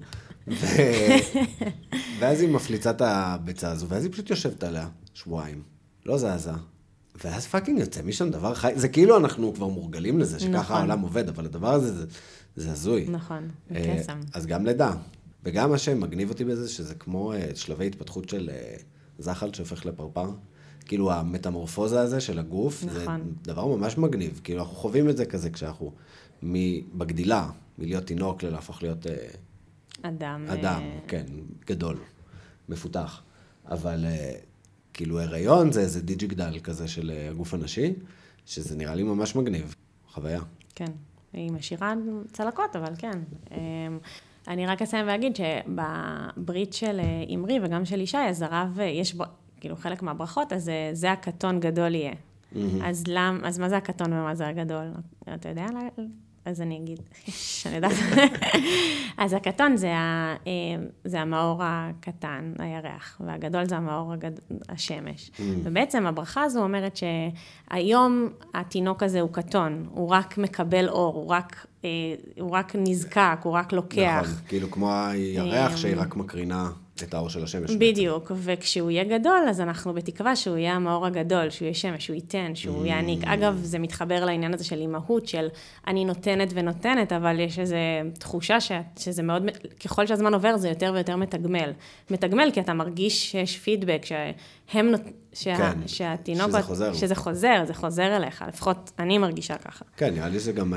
ואז היא מפליצה את הביצה הזו, ואז היא פשוט יושבת עליה. שבועיים, לא זזה, ואז פאקינג יוצא משם דבר חי, זה כאילו אנחנו כבר מורגלים לזה, שככה נכון. העולם עובד, אבל הדבר הזה זה, זה הזוי. נכון, זה קסם. אז גם לידה, וגם מה שמגניב אותי בזה, שזה כמו שלבי התפתחות של זחל שהופך לפרפר, כאילו המטמורפוזה הזה של הגוף, נכון. זה דבר ממש מגניב, כאילו אנחנו חווים את זה כזה כשאנחנו בגדילה, מלהיות תינוק ללהפוך להיות... אדם. אדם, כן, גדול, מפותח, אבל... כאילו הריון זה איזה דיג'יגדל כזה של הגוף הנשי, שזה נראה לי ממש מגניב, חוויה. כן, היא משאירה צלקות, אבל כן. אני רק אסיים ואגיד שבברית של אמרי וגם של ישי, אז הרב, יש בו, כאילו חלק מהברכות, אז זה הקטון גדול יהיה. אז למ, אז מה זה הקטון ומה זה הגדול? אתה יודע? אז אני אגיד, שאני יודעת. אז הקטון זה, ה, זה המאור הקטן, הירח, והגדול זה המאור הגד... השמש. Mm. ובעצם הברכה הזו אומרת שהיום התינוק הזה הוא קטון, הוא רק מקבל אור, הוא רק, הוא רק נזקק, הוא רק לוקח. נכון, כאילו כמו הירח שהיא רק מקרינה את האור של השמש. בדיוק, בעצם. וכשהוא יהיה גדול, אז אנחנו בתקווה שהוא יהיה המאור הגדול, שהוא יהיה שמש, שהוא ייתן, שהוא mm. יעניק. אגב, זה מתחבר לעניין הזה של אימהות, של אני נותנת ונותנת, אבל יש איזו תחושה ש... שזה מאוד, ככל שהזמן עובר, זה יותר ויותר מתגמל. מתגמל כי אתה מרגיש שיש פידבק, שהם נות... שה... כן, שהתינוק... שזה חוזר. שזה חוזר, זה חוזר אליך. לפחות אני מרגישה ככה. כן, נראה לי זה גם...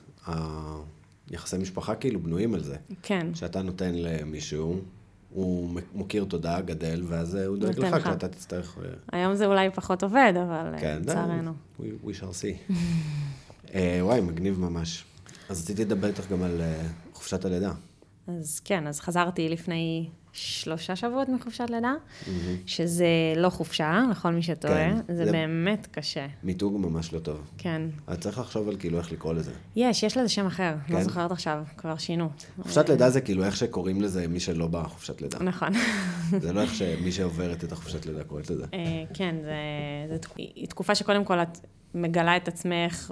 היחסי משפחה כאילו בנויים על זה. כן. שאתה נותן למישהו... הוא מוכיר תודה, גדל, ואז הוא דואג לך כשאתה תצטרך... היום זה אולי פחות עובד, אבל לצערנו. We shall see. וואי, מגניב ממש. אז רציתי לדבר איתך גם על חופשת הלידה. אז כן, אז חזרתי לפני שלושה שבועות מחופשת לידה, שזה לא חופשה, לכל מי שטועה, זה באמת קשה. מיתוג ממש לא טוב. כן. אז צריך לחשוב על כאילו איך לקרוא לזה. יש, יש לזה שם אחר, לא זוכרת עכשיו, כבר שינו. חופשת לידה זה כאילו איך שקוראים לזה מי שלא בא חופשת לידה. נכון. זה לא איך שמי שעוברת את החופשת לידה קוראת לזה. כן, זה תקופה שקודם כל את מגלה את עצמך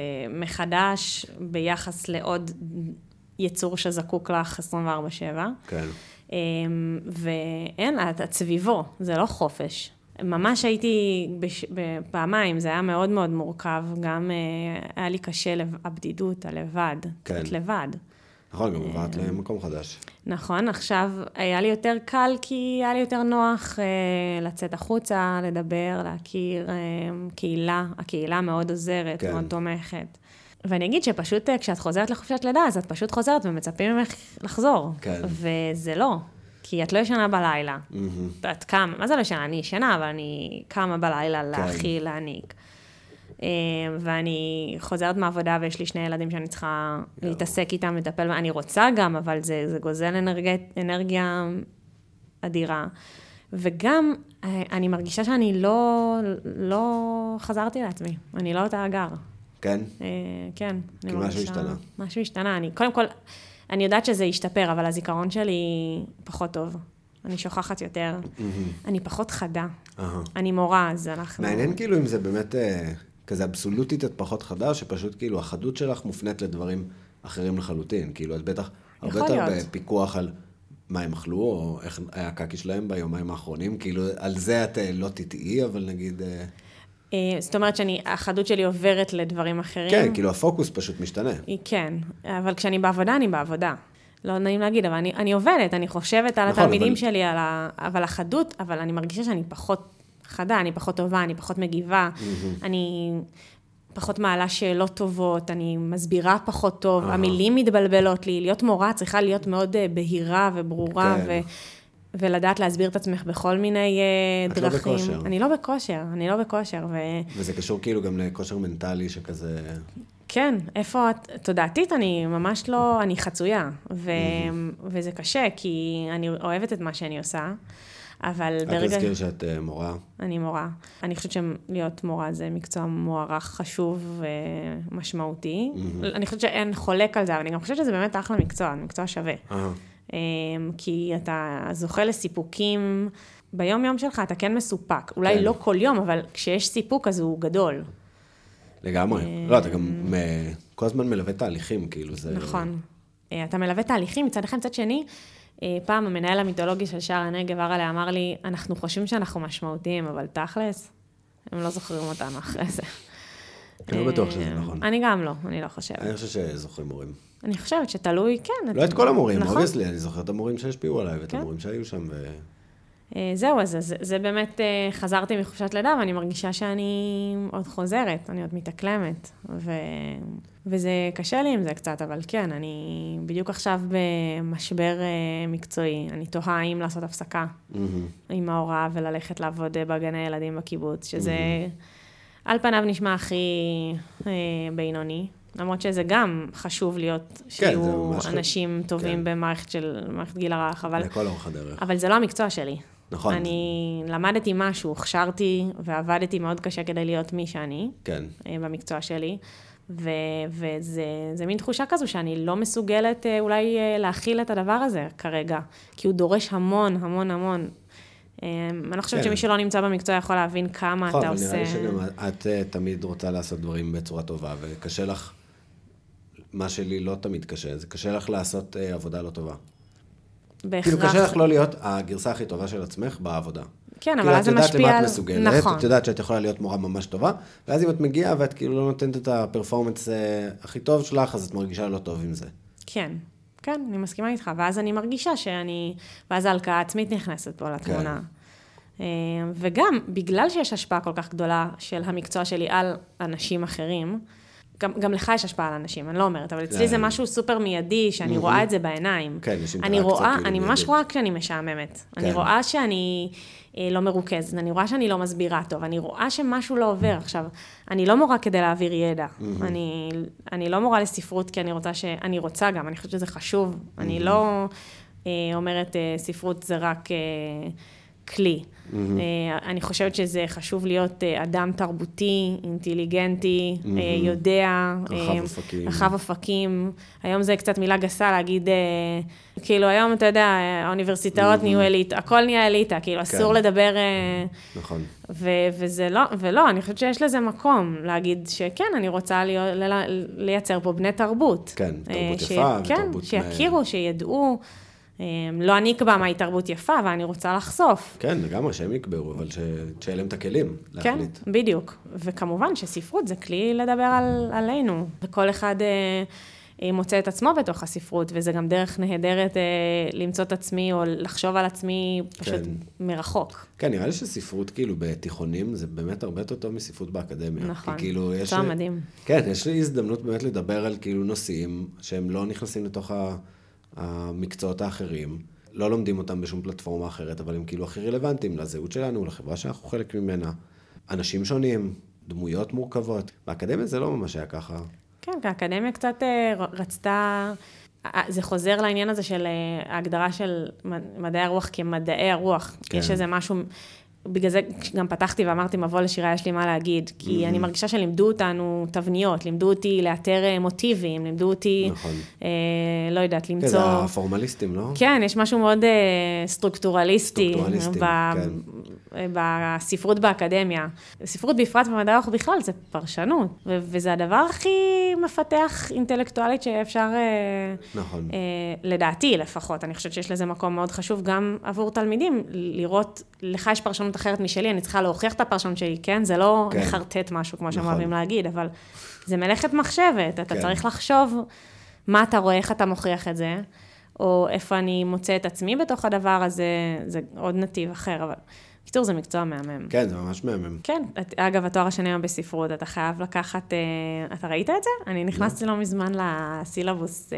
ומחדש ביחס לעוד יצור שזקוק לך עשרים וארבע שבע. כן. ואין, את סביבו, זה לא חופש. ממש הייתי בפעמיים, זה היה מאוד מאוד מורכב, גם היה לי קשה הבדידות, הלבד, קצת לבד. נכון, גם עברת למקום חדש. נכון, עכשיו היה לי יותר קל, כי היה לי יותר נוח לצאת החוצה, לדבר, להכיר קהילה. הקהילה מאוד עוזרת, מאוד תומכת. ואני אגיד שפשוט כשאת חוזרת לחופשת לידה, אז את פשוט חוזרת ומצפים ממך לחזור. כן. וזה לא. כי את לא ישנה בלילה. את קמה, מה זה לא ישנה? אני ישנה, אבל אני קמה בלילה להכיל, להעניק. ואני חוזרת מהעבודה, ויש לי שני ילדים שאני צריכה להתעסק איתם, לטפל, אני רוצה גם, אבל זה, זה גוזל אנרגיה, אנרגיה אדירה. וגם, אני מרגישה שאני לא, לא חזרתי לעצמי. אני לא אותה אגר. כן? כן. כי משהו השתנה. משהו השתנה. אני, קודם כל, אני יודעת שזה ישתפר, אבל הזיכרון שלי פחות טוב. אני שוכחת יותר. אני פחות חדה. אני מורה, אז אנחנו... מעניין כאילו אם זה באמת כזה אבסולוטית, את פחות חדה, שפשוט כאילו החדות שלך מופנית לדברים אחרים לחלוטין. כאילו, את בטח הרבה יותר בפיקוח על מה הם אכלו, או איך היה הקקי שלהם ביומיים האחרונים. כאילו, על זה את לא תטעי, אבל נגיד... זאת אומרת שהחדות שלי עוברת לדברים אחרים. כן, כאילו הפוקוס פשוט משתנה. כן, אבל כשאני בעבודה, אני בעבודה. לא נעים להגיד, אבל אני, אני עובדת, אני חושבת על נכון, התלמידים אבל... שלי, על ה... אבל החדות, אבל אני מרגישה שאני פחות חדה, אני פחות טובה, אני פחות מגיבה, mm-hmm. אני פחות מעלה שאלות טובות, אני מסבירה פחות טוב, uh-huh. המילים מתבלבלות לי, להיות מורה צריכה להיות מאוד בהירה וברורה, כן. ו... ולדעת להסביר את עצמך בכל מיני דרכים. את לא בכושר. אני לא בכושר, אני לא בכושר. ו... וזה קשור כאילו גם לכושר מנטלי שכזה... כן, איפה את... תודעתית אני ממש לא... אני חצויה, ו... mm-hmm. וזה קשה, כי אני אוהבת את מה שאני עושה, אבל את ברגע... את תזכיר שאת uh, מורה? אני מורה. אני חושבת שלהיות מורה זה מקצוע מוערך חשוב ומשמעותי. Mm-hmm. אני חושבת שאין חולק על זה, אבל אני גם חושבת שזה באמת אחלה מקצוע, מקצוע שווה. Uh-huh. כי אתה זוכה לסיפוקים, ביום יום שלך אתה כן מסופק, אולי כן. לא כל יום, אבל כשיש סיפוק אז הוא גדול. לגמרי. לא, אתה גם כל הזמן מלווה תהליכים, כאילו זה... נכון. אתה מלווה תהליכים, מצד אחד, מצד שני, פעם המנהל המיתולוגי של שער הנגב, הרלה, אמר לי, אנחנו חושבים שאנחנו משמעותיים, אבל תכלס, הם לא זוכרים אותנו אחרי זה. אני לא בטוח שזה נכון. אני גם לא, אני לא חושבת. אני חושב שזוכרים מורים. אני חושבת שתלוי, כן. לא את כל המורים, אובייסלי, אני זוכר את המורים שהשפיעו עליי, ואת המורים שהיו שם. זהו, אז זה באמת, חזרתי מחופשת לידה, ואני מרגישה שאני עוד חוזרת, אני עוד מתאקלמת, וזה קשה לי עם זה קצת, אבל כן, אני בדיוק עכשיו במשבר מקצועי, אני תוהה אם לעשות הפסקה עם ההוראה, וללכת לעבוד בגני ילדים בקיבוץ, שזה על פניו נשמע הכי בינוני, למרות שזה גם חשוב להיות שיהיו אנשים טובים במערכת של מערכת גיל הרך, אבל לכל אורך הדרך. אבל זה לא המקצוע שלי. נכון. אני למדתי משהו, הכשרתי ועבדתי מאוד קשה כדי להיות מי שאני. כן. במקצוע שלי. ו- וזה זה מין תחושה כזו שאני לא מסוגלת אולי להכיל את הדבר הזה כרגע, כי הוא דורש המון, המון, המון. אני חושבת שמי שלא נמצא במקצוע יכול להבין כמה אתה עושה... נראה לי שגם את תמיד רוצה לעשות דברים בצורה טובה, וקשה לך, מה שלי לא תמיד קשה, זה קשה לך לעשות עבודה לא טובה. בהכרח... כאילו קשה לך לא להיות הגרסה הכי טובה של עצמך בעבודה. כן, אבל אז זה משפיע... את יודעת למה את מסוגלת, את יודעת שאת יכולה להיות מורה ממש טובה, ואז אם את מגיעה ואת כאילו לא נותנת את הפרפורמנס הכי טוב שלך, אז את מרגישה לא טוב עם זה. כן. כן, אני מסכימה איתך, ואז אני מרגישה שאני, ואז ההלקאה העצמית נכנסת פה לתמונה. כן. וגם, בגלל שיש השפעה כל כך גדולה של המקצוע שלי על אנשים אחרים, גם, גם לך יש השפעה על אנשים, אני לא אומרת, אבל אצלי זה משהו סופר מיידי, שאני רואה את זה בעיניים. כן, יש אני רואה, אני ממש רואה כשאני משעממת. אני רואה שאני לא מרוכזת, אני רואה שאני לא מסבירה טוב, אני רואה שמשהו לא עובר. עכשיו, אני לא מורה כדי להעביר ידע. אני, אני לא מורה לספרות, כי אני רוצה ש... אני רוצה גם, אני חושבת שזה חשוב. אני לא אומרת, ספרות זה רק כלי. אני חושבת שזה חשוב להיות אדם תרבותי, אינטליגנטי, יודע, רחב אופקים. היום זה קצת מילה גסה להגיד, כאילו היום אתה יודע, האוניברסיטאות נהיו אליטה, הכל נהיה אליטה, כאילו אסור לדבר... נכון. וזה לא, ולא, אני חושבת שיש לזה מקום להגיד שכן, אני רוצה לייצר פה בני תרבות. כן, תרבות יפה ותרבות... כן, שיכירו, שידעו. לא אני אקבע מהי תרבות יפה, ואני רוצה לחשוף. כן, לגמרי שהם יקבעו, אבל שיהיה להם את הכלים להחליט. כן, בדיוק. וכמובן שספרות זה כלי לדבר על, עלינו. וכל אחד מוצא את עצמו בתוך הספרות, וזה גם דרך נהדרת למצוא את עצמי, או לחשוב על עצמי פשוט כן. מרחוק. כן, נראה לי שספרות כאילו בתיכונים, זה באמת הרבה יותר טוב מספרות באקדמיה. נכון, כאילו יש... זה מדהים. כן, יש לי הזדמנות באמת לדבר על כאילו נושאים, שהם לא נכנסים לתוך המקצועות האחרים, לא לומדים אותם בשום פלטפורמה אחרת, אבל הם כאילו הכי רלוונטיים לזהות שלנו, לחברה שאנחנו חלק ממנה. אנשים שונים, דמויות מורכבות. באקדמיה זה לא ממש היה ככה. כן, כי האקדמיה קצת רצתה, זה חוזר לעניין הזה של ההגדרה של מדעי הרוח כמדעי הרוח. כן. יש איזה משהו, בגלל זה גם פתחתי ואמרתי, מבוא לשירה, יש לי מה להגיד, כי mm-hmm. אני מרגישה שלימדו אותנו תבניות, לימדו אותי לאתר מוטיבים, לימדו אותי, נכון. אה, לא יודעת, למצוא... כן, זה הפורמליסטים, לא? כן, יש משהו מאוד אה, סטרוקטורליסטי. סטרוקטורליסטים, ב- כן. בספרות באקדמיה. ספרות בפרט במדעי הרוח בכלל, זה פרשנות, ו- וזה הדבר הכי מפתח אינטלקטואלית שאפשר, אה, נכון. אה, לדעתי לפחות. אני חושבת שיש לזה מקום מאוד חשוב גם עבור תלמידים, לראות, לך יש פרשנות אחרת משלי, אני צריכה להוכיח את הפרשנות שלי, כן? זה לא כן. לחרטט משהו, כמו שהם נכון. אוהבים להגיד, אבל זה מלאכת מחשבת, אתה כן. צריך לחשוב מה אתה רואה, איך אתה מוכיח את זה, או איפה אני מוצא את עצמי בתוך הדבר הזה, זה עוד נתיב אחר, אבל קיצור זה מקצוע מהמם. כן, זה ממש מהמם. כן, אגב, התואר השני היום בספרות, אתה חייב לקחת, אתה ראית את זה? אני נכנסתי לא מזמן לסילבוס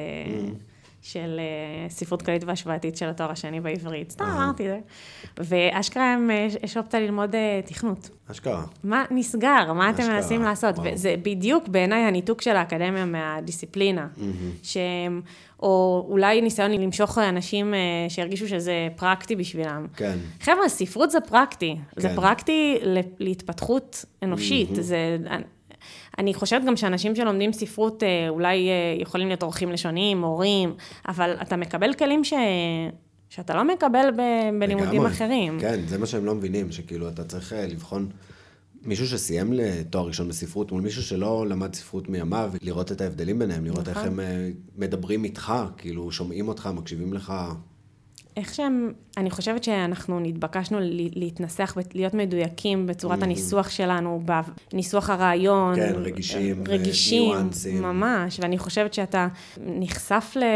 של ספרות כללית והשוואתית של התואר השני בעברית. סתם אמרתי זה. ואשכרה יש אופציה ללמוד תכנות. אשכרה. מה נסגר? מה אתם מנסים לעשות? וזה בדיוק בעיניי הניתוק של האקדמיה מהדיסציפלינה. שהם, או אולי ניסיון למשוך אנשים שירגישו שזה פרקטי בשבילם. כן. חבר'ה, ספרות זה פרקטי. זה פרקטי להתפתחות אנושית. זה... אני חושבת גם שאנשים שלומדים ספרות אולי יכולים להיות עורכים לשוניים, מורים, אבל אתה מקבל כלים ש... שאתה לא מקבל בלימודים אחרים. כן, זה מה שהם לא מבינים, שכאילו אתה צריך לבחון מישהו שסיים לתואר ראשון בספרות, מול מישהו שלא למד ספרות מימיו, לראות את ההבדלים ביניהם, לראות איך הם מדברים איתך, כאילו שומעים אותך, מקשיבים לך. איך שהם, אני חושבת שאנחנו נתבקשנו להתנסח, להיות מדויקים בצורת הניסוח שלנו, בניסוח הרעיון. כן, רגישים, רגישים, ניואנסים. ממש, ואני חושבת שאתה נחשף ל...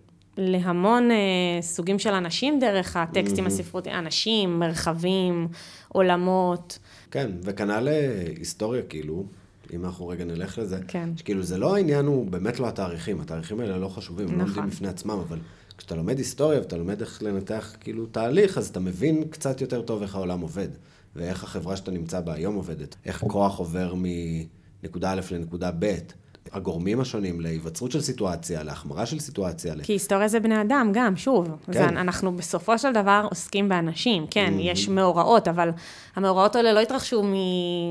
להמון סוגים של אנשים דרך הטקסטים הספרותיים, אנשים, מרחבים, עולמות. כן, וכנ"ל להיסטוריה, כאילו, אם אנחנו רגע נלך לזה, כן. שכאילו זה לא העניין, הוא באמת לא התאריכים, התאריכים האלה לא חשובים, נכון. הם לא עומדים בפני עצמם, אבל כשאתה לומד היסטוריה ואתה לומד איך לנתח כאילו תהליך, אז אתה מבין קצת יותר טוב איך העולם עובד, ואיך החברה שאתה נמצא בה היום עובדת, איך כוח עובר מנקודה א' לנקודה ב', הגורמים השונים להיווצרות של סיטואציה, להחמרה של סיטואציה. כי היסטוריה זה בני אדם גם, שוב. כן. זה, אנחנו בסופו של דבר עוסקים באנשים, כן, mm-hmm. יש מאורעות, אבל המאורעות האלה לא התרחשו מ...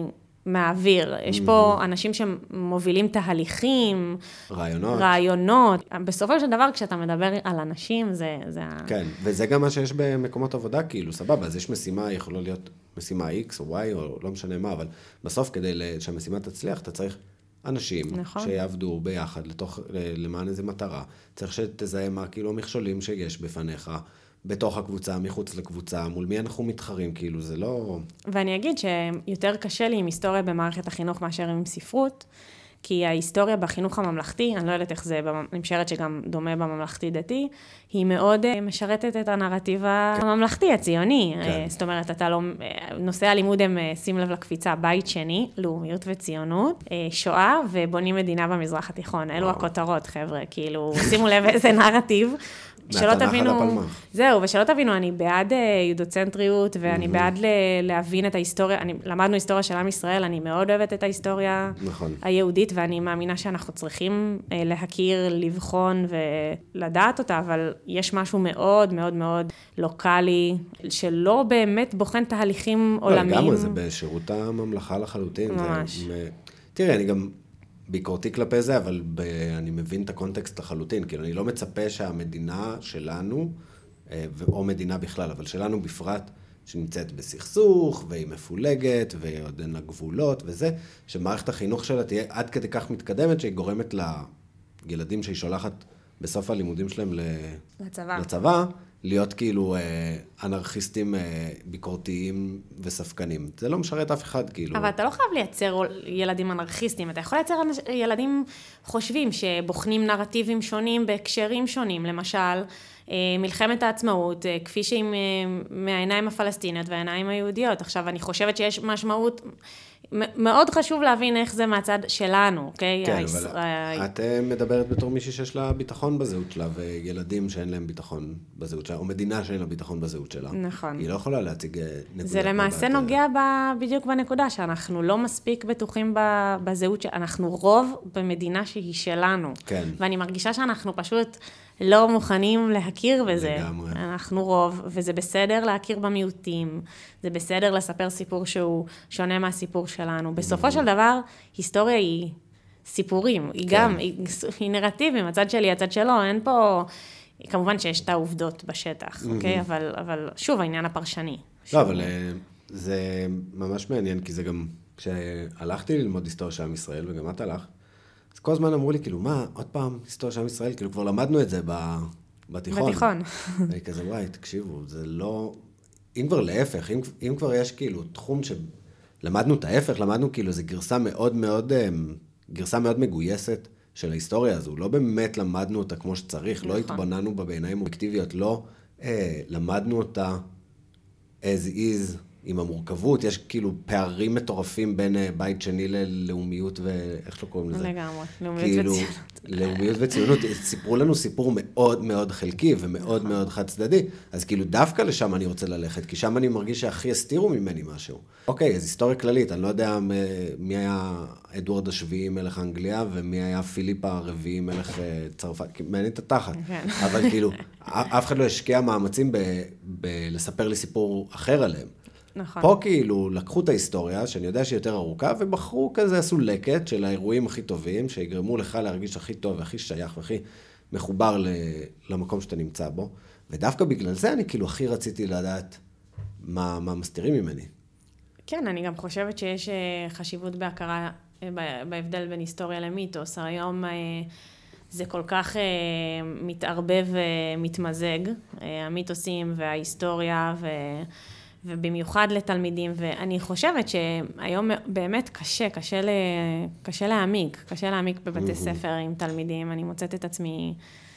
מהאוויר. יש פה אנשים שמובילים תהליכים, רעיונות. רעיונות. בסופו של דבר, כשאתה מדבר על אנשים, זה... זה כן, וזה גם מה שיש במקומות עבודה, כאילו, סבבה, אז יש משימה, יכולה להיות משימה X או Y, או לא משנה מה, אבל בסוף, כדי שהמשימה תצליח, אתה צריך אנשים נכון. שיעבדו ביחד לתוך, למען איזו מטרה. צריך שתזהה מה, כאילו, המכשולים שיש בפניך, בתוך הקבוצה, מחוץ לקבוצה, מול מי אנחנו מתחרים, כאילו זה לא... ואני אגיד שיותר קשה לי עם היסטוריה במערכת החינוך מאשר עם ספרות, כי ההיסטוריה בחינוך הממלכתי, אני לא יודעת איך זה, אני משערת שגם דומה בממלכתי דתי, היא מאוד משרתת את הנרטיב הממלכתי, הציוני. כן. זאת אומרת, אתה לא... נושאי הלימוד הם, שים לב לקפיצה, בית שני, לאומיות וציונות, שואה ובונים מדינה במזרח התיכון. אלו הכותרות, חבר'ה, כאילו, שימו לב איזה נרטיב. שלא תבינו, זהו, ושלא תבינו, אני בעד יודוצנטריות, ואני בעד להבין את ההיסטוריה, למדנו היסטוריה של עם ישראל, אני מאוד אוהבת את ההיסטוריה היהודית, ואני מאמינה שאנחנו צריכים להכיר, לבחון ולדעת אותה, אבל יש משהו מאוד מאוד מאוד לוקלי, שלא באמת בוחן תהליכים עולמיים. לגמרי, זה בשירות הממלכה לחלוטין. ממש. תראי, אני גם... ביקורתי כלפי זה, אבל ב... אני מבין את הקונטקסט לחלוטין, כאילו אני לא מצפה שהמדינה שלנו, או מדינה בכלל, אבל שלנו בפרט, שנמצאת בסכסוך, והיא מפולגת, ועוד אין לה גבולות וזה, שמערכת החינוך שלה תהיה עד כדי כך מתקדמת, שהיא גורמת לילדים שהיא שולחת בסוף הלימודים שלהם לצבא. לצבא, להיות כאילו אנרכיסטים ביקורתיים וספקנים. זה לא משרת אף אחד, כאילו. אבל אתה לא חייב לייצר ילדים אנרכיסטים, אתה יכול לייצר ילדים חושבים שבוחנים נרטיבים שונים בהקשרים שונים, למשל, מלחמת העצמאות, כפי שהיא מהעיניים הפלסטיניות והעיניים היהודיות. עכשיו, אני חושבת שיש משמעות, מאוד חשוב להבין איך זה מהצד שלנו, אוקיי? כן, אבל את מדברת בתור מישהי שיש לה ביטחון בזהות שלה, וילדים שאין להם ביטחון בזהות שלה, או מדינה שאין לה ביטחון בזהות שלה. נכון. היא לא יכולה להציג נקודה. זה למעשה נוגע בדיוק בנקודה, שאנחנו לא מספיק בטוחים בזהות, שאנחנו רוב במדינה שהיא שלנו. כן. ואני מרגישה שאנחנו פשוט לא מוכנים להכיר בזה. לגמרי. אנחנו רוב, וזה בסדר להכיר במיעוטים, זה בסדר לספר סיפור שהוא שונה מהסיפור שלנו. בסופו של דבר, היסטוריה היא סיפורים, היא גם, היא, היא נרטיבים, הצד שלי, הצד שלו, אין פה, כמובן שיש את העובדות בשטח, אוקיי? אבל, אבל שוב, העניין הפרשני. לא, אבל זה ממש מעניין, כי זה גם, כשהלכתי ללמוד היסטוריה של עם ישראל, וגם את הלך, אז כל הזמן אמרו לי, כאילו, מה, עוד פעם, היסטוריה של עם ישראל, כאילו, כבר למדנו את זה בתיכון. בתיכון. ואני כזה, וואי, תקשיבו, זה לא... אם כבר להפך, אם, אם כבר יש, כאילו, תחום שלמדנו את ההפך, למדנו, כאילו, זו גרסה מאוד מאוד, גרסה מאוד מגויסת של ההיסטוריה הזו. לא באמת למדנו אותה כמו שצריך, נכון. לא התבוננו בה בעיניים אובייקטיביות, לא אה, למדנו אותה as is, עם המורכבות, יש כאילו פערים מטורפים בין בית שני ללאומיות ואיך לא קוראים לזה? לגמרי, לאומיות כאילו, וציונות. לאומיות וציונות, סיפרו לנו סיפור מאוד מאוד חלקי ומאוד נכון. מאוד חד צדדי, אז כאילו דווקא לשם אני רוצה ללכת, כי שם אני מרגיש שהכי הסתירו ממני משהו. אוקיי, אז היסטוריה כללית, אני לא יודע מי היה אדוארד השביעי מלך אנגליה, ומי היה פיליפ הרביעי מלך צרפת, מעניין את התחת. כן. אבל כאילו, אף אחד לא השקיע מאמצים ב- ב- לספר לי סיפור אחר עליהם. נכון. פה כאילו לקחו את ההיסטוריה, שאני יודע שהיא יותר ארוכה, ובחרו כזה, עשו לקט של האירועים הכי טובים, שיגרמו לך להרגיש הכי טוב, הכי שייך, והכי מחובר למקום שאתה נמצא בו. ודווקא בגלל זה אני כאילו הכי רציתי לדעת מה, מה מסתירים ממני. כן, אני גם חושבת שיש חשיבות בהכרה, בהבדל בין היסטוריה למיתוס. היום זה כל כך מתערבב ומתמזג, המיתוסים וההיסטוריה ו... ובמיוחד לתלמידים, ואני חושבת שהיום באמת קשה, קשה, ל... קשה להעמיק, קשה להעמיק בבתי ספר עם תלמידים. אני מוצאת את עצמי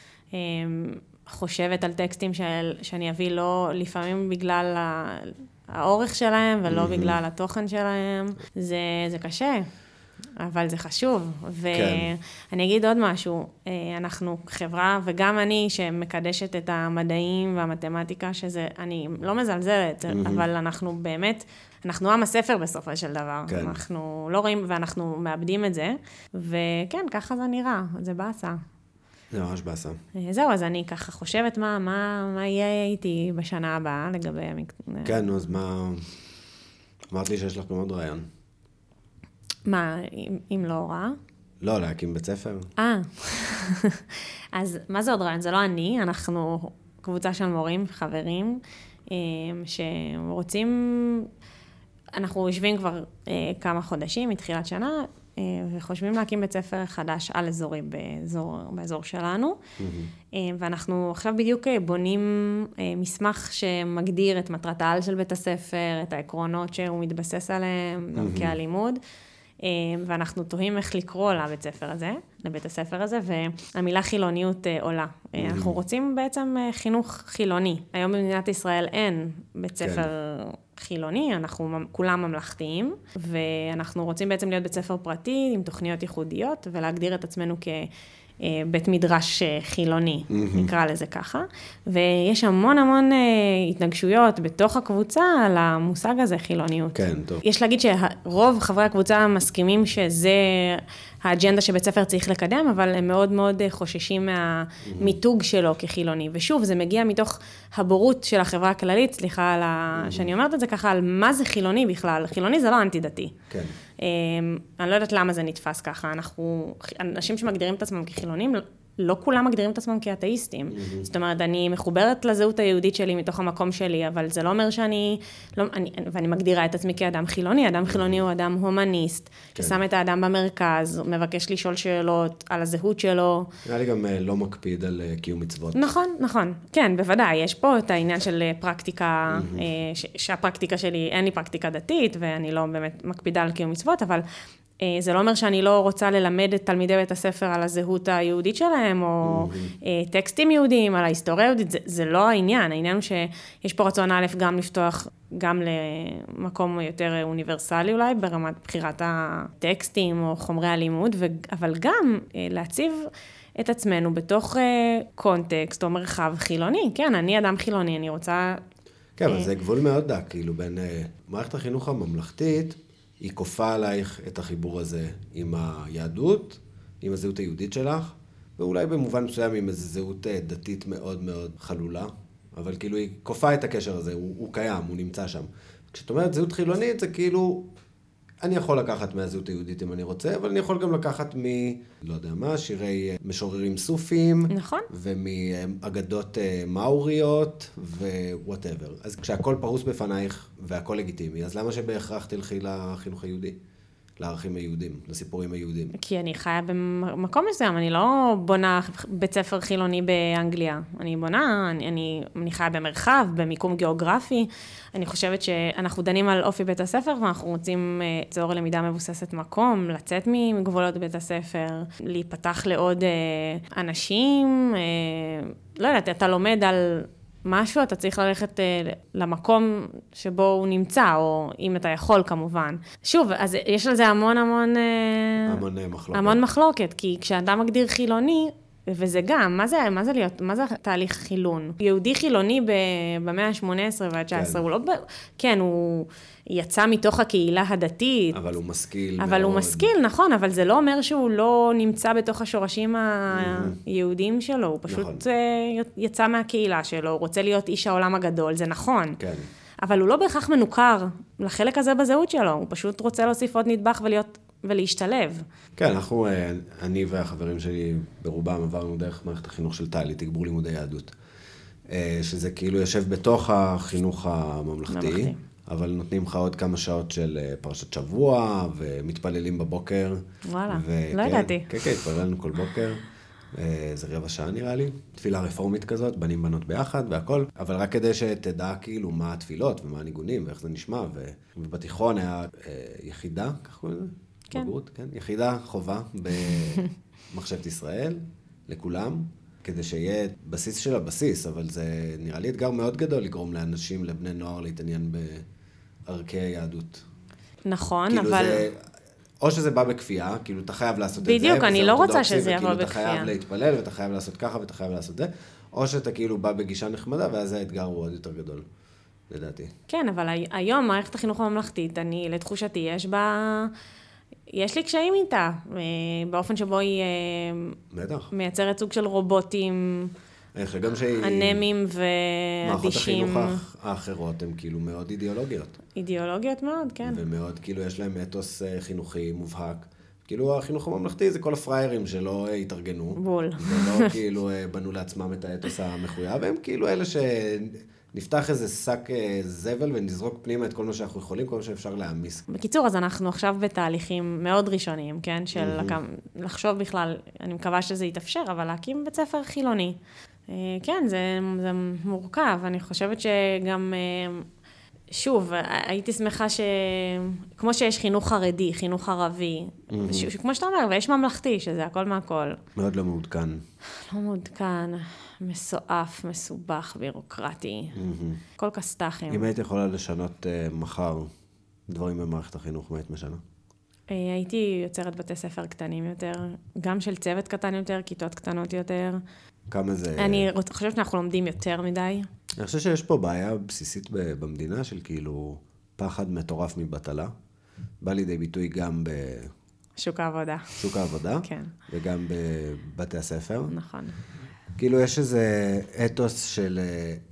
חושבת על טקסטים של... שאני אביא לא לפעמים בגלל האורך שלהם, ולא בגלל התוכן שלהם. זה, זה קשה. אבל זה חשוב, ואני אגיד עוד משהו, אנחנו חברה, וגם אני שמקדשת את המדעים והמתמטיקה, שזה, אני לא מזלזלת, אבל אנחנו באמת, אנחנו עם הספר בסופו של דבר, אנחנו לא רואים, ואנחנו מאבדים את זה, וכן, ככה זה נראה, זה באסה. זה ממש באסה. זהו, אז אני ככה חושבת מה, מה, מה יהיה איתי בשנה הבאה לגבי המקצוע. כן, נו, אז מה, אמרת לי שיש לך גם עוד רעיון. מה, אם, אם לא הוראה? לא, להקים בית ספר. אה, אז מה זה עוד רעיון? זה לא אני, אנחנו קבוצה של מורים, חברים, שרוצים, אנחנו יושבים כבר כמה חודשים מתחילת שנה, וחושבים להקים בית ספר חדש על אזורי באזור, באזור שלנו, mm-hmm. ואנחנו עכשיו בדיוק בונים מסמך שמגדיר את מטרת העל של בית הספר, את העקרונות שהוא מתבסס עליהם, mm-hmm. כהלימוד, ואנחנו תוהים איך לקרוא לבית ספר הזה, לבית הספר הזה, והמילה חילוניות עולה. Mm-hmm. אנחנו רוצים בעצם חינוך חילוני. היום במדינת ישראל אין בית ספר כן. חילוני, אנחנו כולם ממלכתיים, ואנחנו רוצים בעצם להיות בית ספר פרטי עם תוכניות ייחודיות, ולהגדיר את עצמנו כבית מדרש חילוני, mm-hmm. נקרא לזה ככה. ויש המון המון התנגשויות בתוך הקבוצה על המושג הזה, חילוניות. כן, טוב. יש להגיד שרוב חברי הקבוצה מסכימים שזה האג'נדה שבית ספר צריך לקדם, אבל הם מאוד מאוד חוששים מהמיתוג שלו כחילוני. ושוב, זה מגיע מתוך הבורות של החברה הכללית, סליחה על ה... שאני אומרת את זה ככה, על מה זה חילוני בכלל. חילוני זה לא אנטי-דתי. כן. אני לא יודעת למה זה נתפס ככה. אנחנו, אנשים שמגדירים את עצמם כחילונים, לא כולם מגדירים את עצמם כאתאיסטים. Mm-hmm. זאת אומרת, אני מחוברת לזהות היהודית שלי מתוך המקום שלי, אבל זה לא אומר שאני, לא, אני, ואני מגדירה את עצמי כאדם חילוני. אדם חילוני הוא אדם הומניסט, כן. ששם את האדם במרכז, מבקש לשאול שאלות על הזהות שלו. נראה לי גם לא מקפיד על קיום מצוות. נכון, נכון. כן, בוודאי. יש פה את העניין של פרקטיקה, mm-hmm. ש, שהפרקטיקה שלי, אין לי פרקטיקה דתית, ואני לא באמת מקפידה על קיום מצוות, אבל זה לא אומר שאני לא רוצה ללמד את תלמידי בית הספר על הזהות היהודית שלהם, או mm-hmm. טקסטים יהודיים, על ההיסטוריה היהודית, זה, זה לא העניין. העניין הוא שיש פה רצון א' גם לפתוח גם למקום יותר אוניברסלי אולי, ברמת בחירת הטקסטים או חומרי הלימוד, ו, אבל גם להציב את עצמנו בתוך קונטקסט או מרחב חילוני. כן, אני אדם חילוני, אני רוצה... כן, אבל זה גבול מאוד דק, כאילו בין מערכת החינוך הממלכתית, היא כופה עלייך את החיבור הזה עם היהדות, עם הזהות היהודית שלך, ואולי במובן מסוים עם איזו זהות דתית מאוד מאוד חלולה, אבל כאילו היא כופה את הקשר הזה, הוא, הוא קיים, הוא נמצא שם. כשאת אומרת זהות חילונית, זה כאילו, אני יכול לקחת מהזהות היהודית אם אני רוצה, אבל אני יכול גם לקחת מ... לא יודע מה, שירי משוררים סופיים. נכון. ומאגדות מאוריות ווואטאבר. אז כשהכל פרוס בפנייך והכל לגיטימי, אז למה שבהכרח תלכי לחינוך היהודי? לערכים היהודים, לסיפורים היהודים. כי אני חיה במקום מסוים, אני לא בונה בית ספר חילוני באנגליה. אני בונה, אני, אני, אני חיה במרחב, במיקום גיאוגרפי. אני חושבת שאנחנו דנים על אופי בית הספר, ואנחנו רוצים ליצור למידה מבוססת מקום, לצאת מגבולות בית הספר, להיפתח לעוד אנשים. לא יודעת, אתה לומד על... משהו, אתה צריך ללכת אה, למקום שבו הוא נמצא, או אם אתה יכול כמובן. שוב, אז יש על זה המון המון... אה, המון מחלוקת. המון מחלוקת, כי כשאתה מגדיר חילוני, וזה גם, מה זה, מה זה להיות, מה זה תהליך חילון? יהודי חילוני במאה ה-שמונה עשרה וה-תשע עשרה, כן. הוא לא... כן, הוא יצא מתוך הקהילה הדתית. אבל הוא משכיל אבל מאוד. הוא משכיל, נכון, אבל זה לא אומר שהוא לא נמצא בתוך השורשים היהודיים שלו, הוא פשוט נכון. יצא מהקהילה שלו, הוא רוצה להיות איש העולם הגדול, זה נכון. כן. אבל הוא לא בהכרח מנוכר לחלק הזה בזהות שלו, הוא פשוט רוצה להוסיף עוד נדבך ולהיות... ולהשתלב. כן, אנחנו, אני והחברים שלי ברובם עברנו דרך מערכת החינוך של טלי, תגבור לימודי יהדות. שזה כאילו יושב בתוך החינוך הממלכתי, ממלכתי. אבל נותנים לך עוד כמה שעות של פרשת שבוע, ומתפללים בבוקר. וואלה, וכן, לא ידעתי. כן, כן, התפללנו כל בוקר. זה רבע שעה נראה לי. תפילה רפורמית כזאת, בנים בנות ביחד והכל. אבל רק כדי שתדע כאילו מה התפילות ומה הניגונים ואיך זה נשמע. ובתיכון היה יחידה, כך קוראים לזה? כן. בגרות, כן. יחידה חובה במחשבת ישראל, לכולם, כדי שיהיה בסיס של הבסיס, אבל זה נראה לי אתגר מאוד גדול לגרום לאנשים, לבני נוער, להתעניין בערכי היהדות. נכון, כאילו אבל... זה, או שזה בא בכפייה, כאילו אתה חייב לעשות בדיוק, את זה. בדיוק, אני לא רוצה שזה יבוא בכפייה. אתה חייב להתפלל, ואתה חייב לעשות ככה, ואתה חייב לעשות זה, או שאתה כאילו בא בגישה נחמדה, ואז האתגר הוא עוד יותר גדול, לדעתי. כן, אבל היום, מערכת החינוך הממלכתית, אני, לתחושתי, יש בה... יש לי קשיים איתה, באופן שבו היא בטח. מייצרת סוג של רובוטים, אנמים ואדישים. מערכות החינוך האחרות הן כאילו מאוד אידיאולוגיות. אידיאולוגיות מאוד, כן. ומאוד, כאילו יש להם אתוס חינוכי מובהק. כאילו החינוך הממלכתי זה כל הפריירים שלא התארגנו. בול. ולא כאילו בנו לעצמם את האתוס המחויב, הם כאילו אלה ש... נפתח איזה שק זבל ונזרוק פנימה את כל מה שאנחנו יכולים, כל מה שאפשר להעמיס. בקיצור, אז אנחנו עכשיו בתהליכים מאוד ראשוניים, כן? של לחשוב בכלל, אני מקווה שזה יתאפשר, אבל להקים בית ספר חילוני. כן, זה, זה מורכב. אני חושבת שגם, שוב, הייתי שמחה ש... כמו שיש חינוך חרדי, חינוך ערבי, ש... כמו שאתה אומר, ויש ממלכתי, שזה הכל מהכל. מאוד לא מעודכן. לא מעודכן. מסועף, מסובך, בירוקרטי, כל כסת"חים. אם היית יכולה לשנות מחר דברים במערכת החינוך, מה היית משנה? הייתי יוצרת בתי ספר קטנים יותר, גם של צוות קטן יותר, כיתות קטנות יותר. כמה זה... אני חושבת שאנחנו לומדים יותר מדי. אני חושב שיש פה בעיה בסיסית במדינה של כאילו פחד מטורף מבטלה. בא לידי ביטוי גם ב... שוק העבודה. שוק העבודה. כן. וגם בבתי הספר. נכון. כאילו יש איזה אתוס של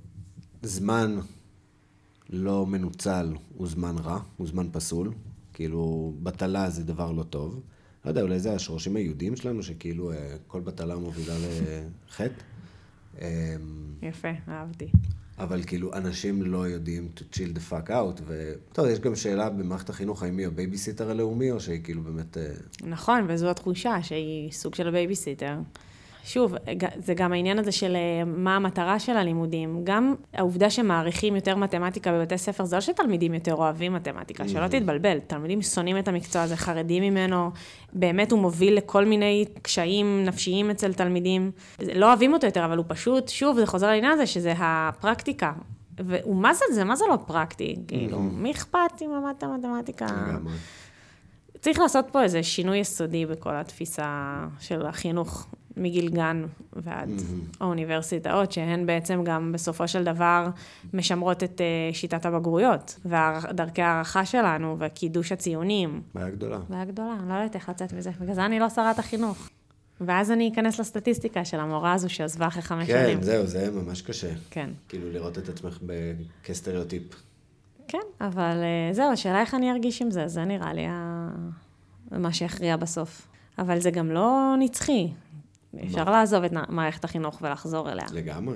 זמן לא מנוצל הוא זמן רע, הוא זמן פסול. כאילו בטלה זה דבר לא טוב. לא יודע, אולי זה השורשים היהודים שלנו, שכאילו כל בטלה מובילה לחטא. יפה, אהבתי. אבל כאילו אנשים לא יודעים to chill the fuck out, וטוב, יש גם שאלה במערכת החינוך, האם היא הבייביסיטר הלאומי, או שהיא כאילו באמת... נכון, וזו התחושה שהיא סוג של הבייביסיטר. שוב, זה גם העניין הזה של מה המטרה של הלימודים. גם העובדה שמעריכים יותר מתמטיקה בבתי ספר, זה לא שתלמידים יותר אוהבים מתמטיקה, שלא תתבלבל. תלמידים שונאים את המקצוע הזה, חרדים ממנו, באמת הוא מוביל לכל מיני קשיים נפשיים אצל תלמידים. לא אוהבים אותו יותר, אבל הוא פשוט, שוב, זה חוזר לעניין הזה, שזה הפרקטיקה. ומה זה זה? מה זה לא פרקטי? כאילו, מי אכפת אם למדת מתמטיקה? צריך לעשות פה איזה שינוי יסודי בכל התפיסה של החינוך מגיל גן ועד האוניברסיטאות, שהן בעצם גם בסופו של דבר משמרות את שיטת הבגרויות, ודרכי הערכה שלנו, וקידוש הציונים. בעיה גדולה. בעיה גדולה, אני לא יודעת איך לצאת מזה. בגלל זה אני לא שרת החינוך. ואז אני אכנס לסטטיסטיקה של המורה הזו שעזבה אחרי חמש שנים. כן, זהו, זה ממש קשה. כן. כאילו לראות את עצמך כסטריאוטיפ. כן, אבל זהו, השאלה איך אני ארגיש עם זה, זה נראה לי מה שיכריע בסוף. אבל זה גם לא נצחי. אפשר לעזוב את מערכת החינוך ולחזור אליה. לגמרי.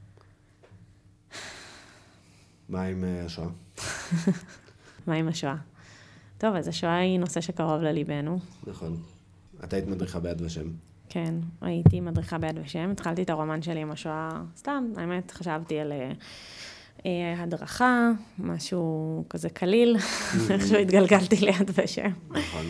מה עם השואה? מה עם השואה? טוב, אז השואה היא נושא שקרוב לליבנו. נכון. אתה היית מדריכה ביד ושם. כן, הייתי מדריכה ביד ושם. התחלתי את הרומן שלי עם השואה סתם. האמת, חשבתי על הדרכה, משהו כזה קליל. איכשהו התגלגלתי ליד ושם. נכון.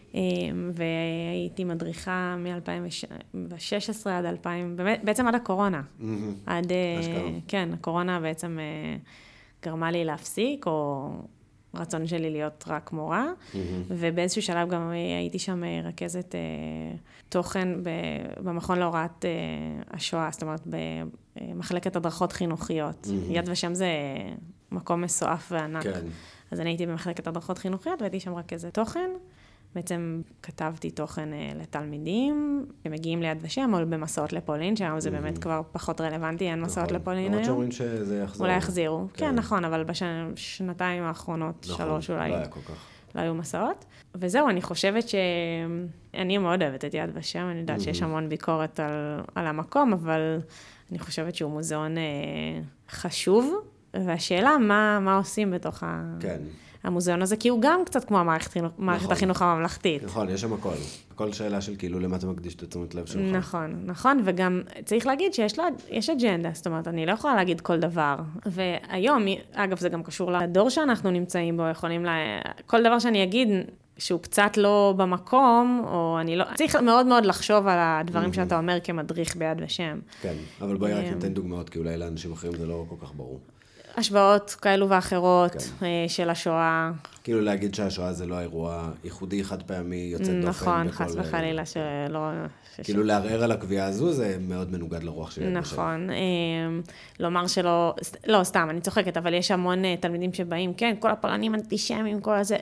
והייתי מדריכה מ-אלפיים ושש עשרה עד אלפיים, בעצם עד הקורונה. עד, כן, הקורונה בעצם גרמה לי להפסיק, או רצון שלי להיות רק מורה, ובאיזשהו שלב גם הייתי שם רכזת תוכן במכון להוראת השואה, זאת אומרת, במחלקת הדרכות חינוכיות. יד ושם זה מקום מסועף וענק. אז אני הייתי במחלקת הדרכות חינוכיות, והייתי שם רכזת תוכן. בעצם כתבתי תוכן לתלמידים, שמגיעים ליד ושם, או במסעות לפולין, שהיום זה באמת כבר פחות רלוונטי, אין מסעות לפולין היום. למרות שאומרים שזה יחזור. אולי יחזירו. כן, נכון, אבל בשנתיים האחרונות, שלוש אולי, לא היה כל כך. לא היו מסעות. וזהו, אני חושבת שאני מאוד אוהבת את יד ושם, אני יודעת שיש המון ביקורת על המקום, אבל אני חושבת שהוא מוזיאון חשוב, והשאלה מה עושים בתוך ה... כן. המוזיאון הזה, כי הוא גם קצת כמו המערכת נכון. החינוך הממלכתית. נכון, יש שם הכל. הכל שאלה של כאילו למה אתה מקדיש את תשומת לב שלך. נכון, נכון, וגם צריך להגיד שיש לה, יש אג'נדה, זאת אומרת, אני לא יכולה להגיד כל דבר. והיום, אגב, זה גם קשור לדור שאנחנו נמצאים בו, יכולים לה... כל דבר שאני אגיד שהוא קצת לא במקום, או אני לא... צריך מאוד מאוד לחשוב על הדברים שאתה אומר כמדריך ביד ושם. כן, אבל בואי רק ניתן דוגמאות, כי אולי לאנשים אחרים זה לא כל כך ברור. השוואות כאלו ואחרות כן. של השואה. כאילו להגיד שהשואה זה לא האירוע ייחודי, חד פעמי, יוצא דופן. נכון, חס וחלילה שלא... כאילו לערער על הקביעה הזו, זה מאוד מנוגד לרוח שלי. נכון. לומר שלא... לא, סתם, אני צוחקת, אבל יש המון תלמידים שבאים, כן, כל הפולנים אנטישמים, כל הזה,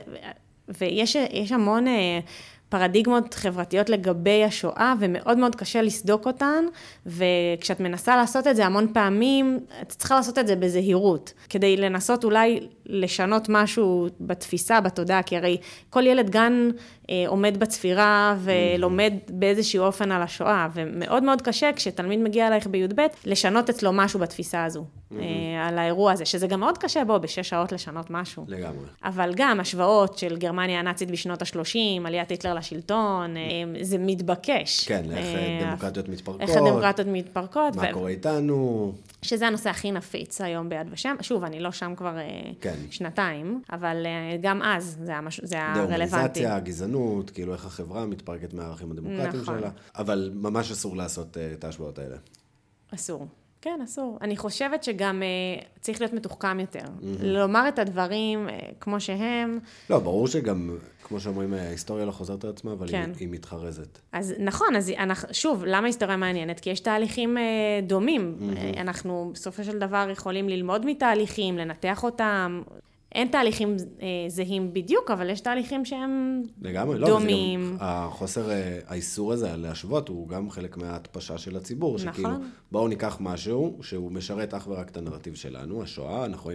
ויש המון... פרדיגמות חברתיות לגבי השואה, ומאוד מאוד קשה לסדוק אותן, וכשאת מנסה לעשות את זה המון פעמים, את צריכה לעשות את זה בזהירות, כדי לנסות אולי לשנות משהו בתפיסה, בתודעה, כי הרי כל ילד גן אה, עומד בצפירה, ולומד באיזשהו אופן על השואה, ומאוד מאוד קשה כשתלמיד מגיע אלייך בי"ב, לשנות אצלו משהו בתפיסה הזו, אה, על האירוע הזה, שזה גם מאוד קשה בו, בשש שעות לשנות משהו. לגמרי. אבל גם השוואות של גרמניה הנאצית בשנות ה-שלושים, עליית היטלר לשלטון, זה מתבקש. כן, איך דמוקרטיות מתפרקות. איך הדמוקרטיות מתפרקות. מה קורה איתנו. שזה הנושא הכי נפיץ היום ביד ושם. שוב, אני לא שם כבר שנתיים, אבל גם אז זה הרלוונטי. דמוניזציה, גזענות, כאילו איך החברה מתפרקת מהערכים הדמוקרטיים שלה. אבל ממש אסור לעשות את ההשוואות האלה. אסור. כן, אסור. אני חושבת שגם uh, צריך להיות מתוחכם יותר. Mm-hmm. לומר את הדברים uh, כמו שהם. לא, ברור שגם, כמו שאומרים, ההיסטוריה לא חוזרת על עצמה, אבל כן. היא, היא מתחרזת. אז נכון, אז אנחנו, שוב, למה ההיסטוריה מעניינת? כי יש תהליכים uh, דומים. Mm-hmm. אנחנו בסופו של דבר יכולים ללמוד מתהליכים, לנתח אותם. אין תהליכים אה, זהים בדיוק, אבל יש תהליכים שהם לגמרי, לא, דומים. גם החוסר, האיסור הזה להשוות, הוא גם חלק מההתפשה של הציבור, נכון. שכאילו, בואו ניקח משהו שהוא משרת אך ורק את הנרטיב שלנו, השואה, אנחנו היינו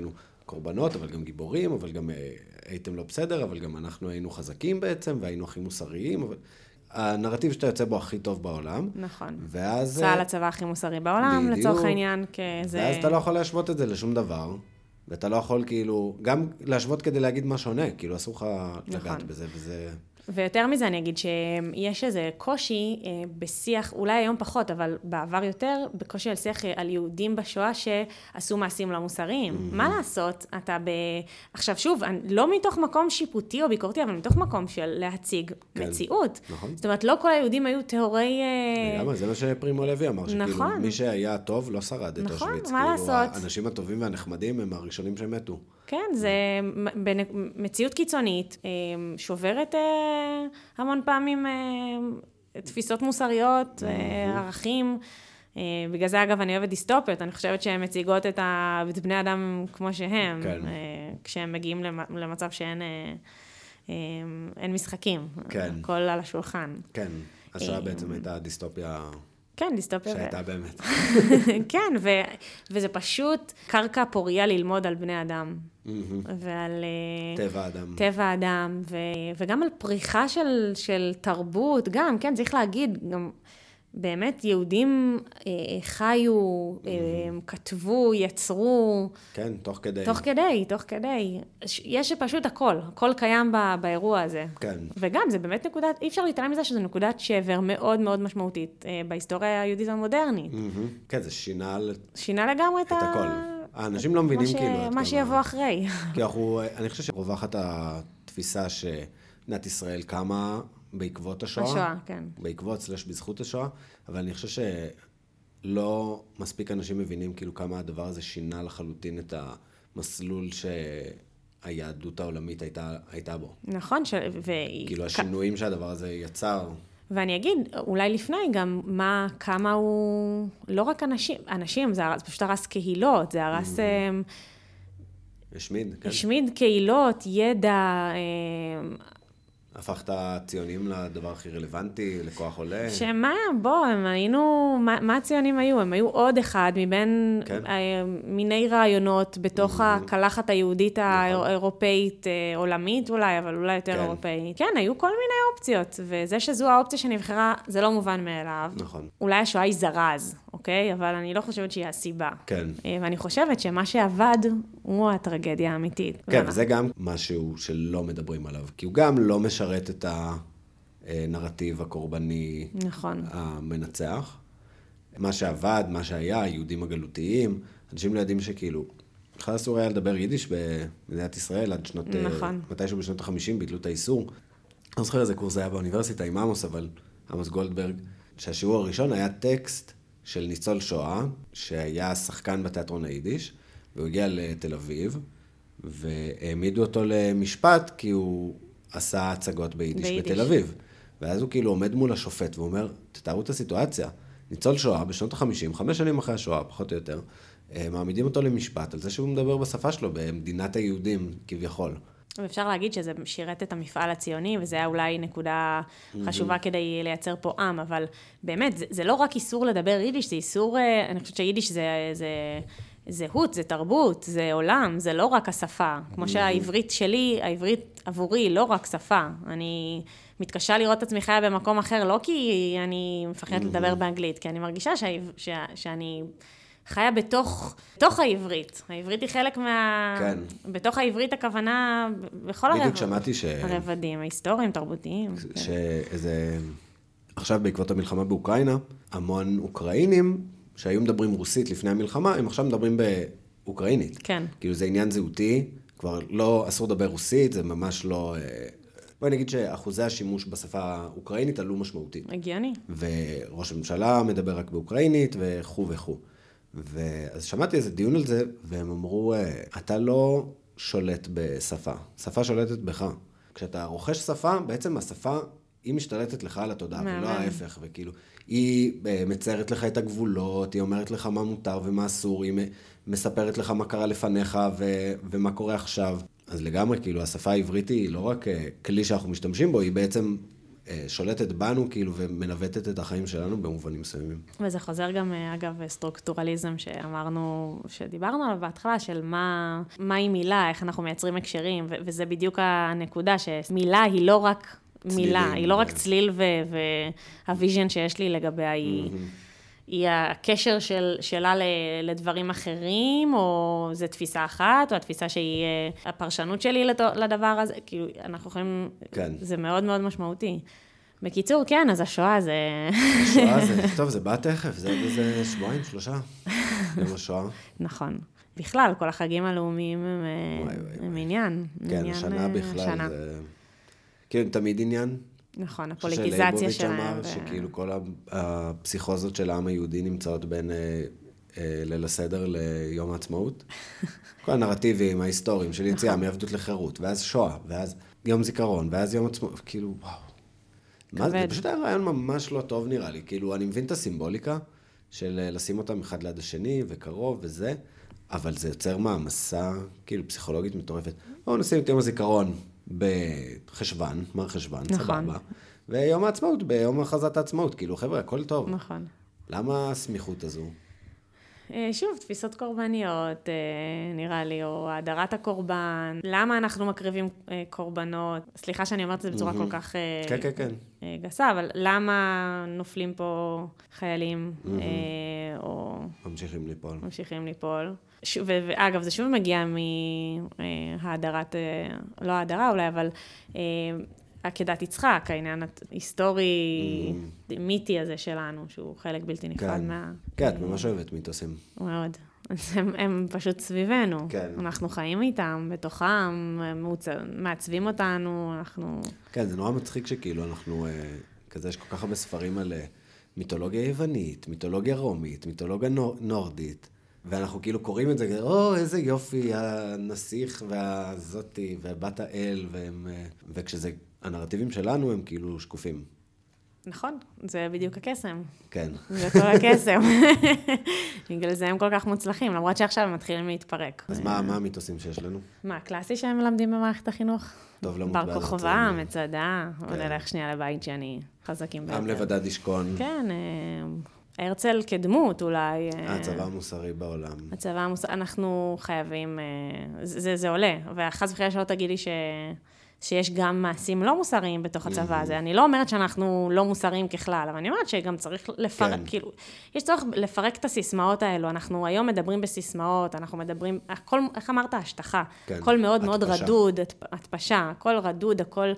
קורבנות, אבל גם גיבורים, אבל גם הייתם לא בסדר, אבל גם אנחנו היינו חזקים בעצם, והיינו הכי מוסריים, אבל הנרטיב שאתה יוצא בו הכי טוב בעולם. נכון. ואז... צה"ל הצבא הכי מוסרי בעולם, בדיוק, לצורך העניין, כזה... ואז אתה לא יכול להשוות את זה לשום דבר, ואתה לא יכול כאילו, גם להשוות כדי להגיד מה שונה, כאילו אסור לך לגעת נכון. בזה, וזה... ויותר מזה אני אגיד שיש איזה קושי בשיח, אולי היום פחות, אבל בעבר יותר, בקושי על שיח על יהודים בשואה שעשו מעשים לא מוסריים. Mm-hmm. מה לעשות? אתה ב... עכשיו שוב, לא מתוך מקום שיפוטי או ביקורתי, אבל מתוך מקום של להציג כן. מציאות. נכון. זאת אומרת, לא כל היהודים היו תיאורי... למה? זה מה שפרימו לוי אמר, שכאילו נכון. מי שהיה טוב לא שרד את נכון, אושוויץ. מה כאילו, לעשות? האנשים הטובים והנחמדים הם הראשונים שמתו. כן, זה מציאות קיצונית, שוברת המון פעמים תפיסות מוסריות, ערכים. בגלל זה, אגב, אני אוהבת דיסטופיות. אני חושבת שהן מציגות את בני אדם כמו שהם, כשהם מגיעים למצב שאין משחקים. הכל על השולחן. כן, השואה בעצם הייתה דיסטופיה... כן, דיסטופיה. שהייתה באמת. כן, ו- וזה פשוט קרקע פוריה ללמוד על בני אדם. ועל... טבע אדם. טבע אדם, ו- וגם על פריחה של, של תרבות, גם, כן, צריך להגיד, גם באמת יהודים אה, חיו, אה, כתבו, יצרו. כן, תוך כדי. תוך כדי, תוך כדי. יש פשוט הכל, הכל קיים ב- באירוע הזה. כן. וגם זה באמת נקודת, אי אפשר להתעלם מזה שזו נקודת שבר מאוד מאוד משמעותית אה, בהיסטוריה היהודית המודרנית. Mm-hmm. כן, זה שינה... שינה לגמרי את, את ה... הכל. האנשים לא מבינים ש... כאילו... מה שיבוא אחרי. כי אנחנו, אני חושב שרווחת התפיסה שמדינת ישראל קמה... בעקבות השואה. השואה, כן. בעקבות סלש בזכות השואה, אבל אני חושב שלא מספיק אנשים מבינים כאילו כמה הדבר הזה שינה לחלוטין את המסלול שהיהדות העולמית הייתה, הייתה בו. נכון. ש... ו... כאילו השינויים שהדבר הזה יצר. ואני אגיד, אולי לפני גם מה, כמה הוא, לא רק אנשים, אנשים, זה פשוט הרס קהילות, זה הרס... השמיד, כן. השמיד קהילות, ידע... הפך את הציונים לדבר הכי רלוונטי, לכוח עולה. שמה, בוא, הם היינו, מה, מה הציונים היו? הם היו עוד אחד מבין כן. מיני רעיונות בתוך mm-hmm. הקלחת היהודית נכון. האירופאית, עולמית אולי, אבל אולי יותר כן. אירופאית. כן, היו כל מיני אופציות, וזה שזו האופציה שנבחרה, זה לא מובן מאליו. נכון. אולי השואה היא זרז, אוקיי? אבל אני לא חושבת שהיא הסיבה. כן. ואני חושבת שמה שעבד הוא הטרגדיה האמיתית. כן, וזה גם משהו שלא מדברים עליו, כי הוא גם לא משרת את הנרטיב הקורבני נכון. המנצח. מה שעבד, מה שהיה, היהודים הגלותיים, אנשים לא יודעים שכאילו, בכלל אסור היה לדבר יידיש במדינת ישראל עד שנות, נכון. מתישהו בשנות ה-חמישים ביטלו את האיסור. אני זוכר איזה קורס היה באוניברסיטה עם עמוס, אבל עמוס גולדברג, שהשיעור הראשון היה טקסט של ניצול שואה, שהיה שחקן בתיאטרון היידיש, והוא הגיע לתל אביב, והעמידו אותו למשפט, כי הוא עשה הצגות ביידיש, ביידיש. בתל אביב. ואז הוא כאילו עומד מול השופט, והוא אומר, תתארו את הסיטואציה, ניצול שואה בשנות ה-חמישים, חמש שנים אחרי השואה, פחות או יותר, מעמידים אותו למשפט, על זה שהוא מדבר בשפה שלו, במדינת היהודים, כביכול. ואפשר להגיד שזה שירת את המפעל הציוני, וזה היה אולי נקודה חשובה mm-hmm. כדי לייצר פה עם, אבל באמת, זה, זה לא רק איסור לדבר יידיש, זה איסור, אני חושבת שיידיש זה, זה זהות, זה תרבות, זה עולם, זה לא רק השפה. כמו mm-hmm. שהעברית שלי, העברית עבורי לא רק שפה. אני מתקשה לראות את עצמי חיה במקום אחר, לא כי אני מפחדת mm-hmm. לדבר באנגלית, כי אני מרגישה שה, שה, שאני... חיה בתוך, בתוך העברית. העברית היא חלק מה... כן. בתוך העברית הכוונה בכל הרבדים. בדיוק שמעתי ש... הרבדים, ההיסטוריים, תרבותיים. שאיזה... עכשיו בעקבות המלחמה באוקראינה, המון אוקראינים שהיו מדברים רוסית לפני המלחמה, הם עכשיו מדברים באוקראינית. כן. כאילו זה עניין זהותי, כבר לא אסור לדבר רוסית, זה ממש לא... בואי נגיד שאחוזי השימוש בשפה האוקראינית עלו משמעותית. הגיוני. וראש הממשלה מדבר רק באוקראינית וכו' וכו'. ואז שמעתי איזה דיון על זה, והם אמרו, אתה לא שולט בשפה, שפה שולטת בך. כשאתה רוכש שפה, בעצם השפה, היא משתלטת לך על התודעה, ולא ההפך, וכאילו, היא מציירת לך את הגבולות, היא אומרת לך מה מותר ומה אסור, היא מספרת לך מה קרה לפניך ו- ומה קורה עכשיו. אז לגמרי, כאילו, השפה העברית היא לא רק כלי שאנחנו משתמשים בו, היא בעצם שולטת בנו, כאילו, ומנווטת את החיים שלנו במובנים מסוימים. וזה חוזר גם, אגב, סטרוקטורליזם שאמרנו, שדיברנו עליו בהתחלה, של מה, מהי מילה, איך אנחנו מייצרים הקשרים, ו- וזה בדיוק הנקודה, שמילה היא לא רק מילה, היא לא רק צליל והוויז'ן שיש לי לגביה, היא... היא הקשר של, שלה לדברים אחרים, או זה תפיסה אחת, או התפיסה שהיא הפרשנות שלי לדבר הזה, כאילו, אנחנו יכולים, כן. זה מאוד מאוד משמעותי. בקיצור, כן, אז השואה זה... השואה זה, טוב, זה בא תכף, זה איזה שבועיים, שלושה, יום השואה. נכון. בכלל, כל החגים הלאומיים הם, וואי, וואי, הם עניין. כן, עניין, השנה בכלל שנה. זה... כאילו, תמיד עניין. נכון, הפוליטיזציה שלהם. אמר ו... שכאילו כל הפסיכוזות של העם היהודי נמצאות בין אה, אה, ליל הסדר ליום העצמאות. כל הנרטיבים, ההיסטוריים של יציאה מעבדות לחירות, ואז שואה, ואז יום זיכרון, ואז יום עצמאות, כאילו, וואו. מה, זה פשוט היה רעיון ממש לא טוב נראה לי. כאילו, אני מבין את הסימבוליקה של לשים אותם אחד ליד השני וקרוב וזה, אבל זה יוצר מעמסה, כאילו, פסיכולוגית מטורפת. בואו נשים את יום הזיכרון. בחשבן, מר חשבן, נכון. סבבה. ויום העצמאות, ביום הכרזת העצמאות, כאילו, חבר'ה, הכל טוב. נכון. למה הסמיכות הזו? שוב, תפיסות קורבניות, נראה לי, או הדרת הקורבן. למה אנחנו מקריבים קורבנות? סליחה שאני אומרת את זה בצורה כל כך כן, כן, כן. גסה, אבל למה נופלים פה חיילים, או... ממשיכים ליפול. ממשיכים ליפול. ואגב, זה שוב מגיע מההדרת, לא ההדרה אולי, אבל עקדת יצחק, העניין ההיסטורי, מיתי הזה שלנו, שהוא חלק בלתי נפרד מה... כן, את ממש אוהבת מיתוסים. מאוד. הם פשוט סביבנו. אנחנו חיים איתם, בתוכם, מעצבים אותנו, אנחנו... כן, זה נורא מצחיק שכאילו אנחנו, כזה יש כל כך הרבה ספרים על מיתולוגיה יוונית, מיתולוגיה רומית, מיתולוגיה נורדית, ואנחנו כאילו קוראים את זה, או, איזה יופי, הנסיך והזאתי, ובת האל, והם, וכשזה, הנרטיבים שלנו הם כאילו שקופים. נכון, זה בדיוק הקסם. כן. זה כל הקסם. בגלל זה הם כל כך מוצלחים, למרות שעכשיו הם מתחילים להתפרק. אז מה, מה המיתוסים שיש לנו? מה, הקלאסי שהם מלמדים במערכת החינוך? טוב, לא בר כוכבא, מצדה, עוד נלך שנייה לבית שאני חזקים ביותר. עם לבדד ישכון. כן, הרצל כדמות אולי. הצבא המוסרי בעולם. הצבא המוסרי, אנחנו חייבים, זה, זה עולה, ואחז וחיה שלא תגידי ש... שיש גם מעשים לא מוסריים בתוך הצבא הזה. אני לא אומרת שאנחנו לא מוסריים ככלל, אבל אני אומרת שגם צריך לפרק, כאילו, יש צורך לפרק את הסיסמאות האלו. אנחנו היום מדברים בסיסמאות, אנחנו מדברים, הכל, איך אמרת? השטחה. הכל מאוד מאוד רדוד, התפשה, הכל רדוד, הכל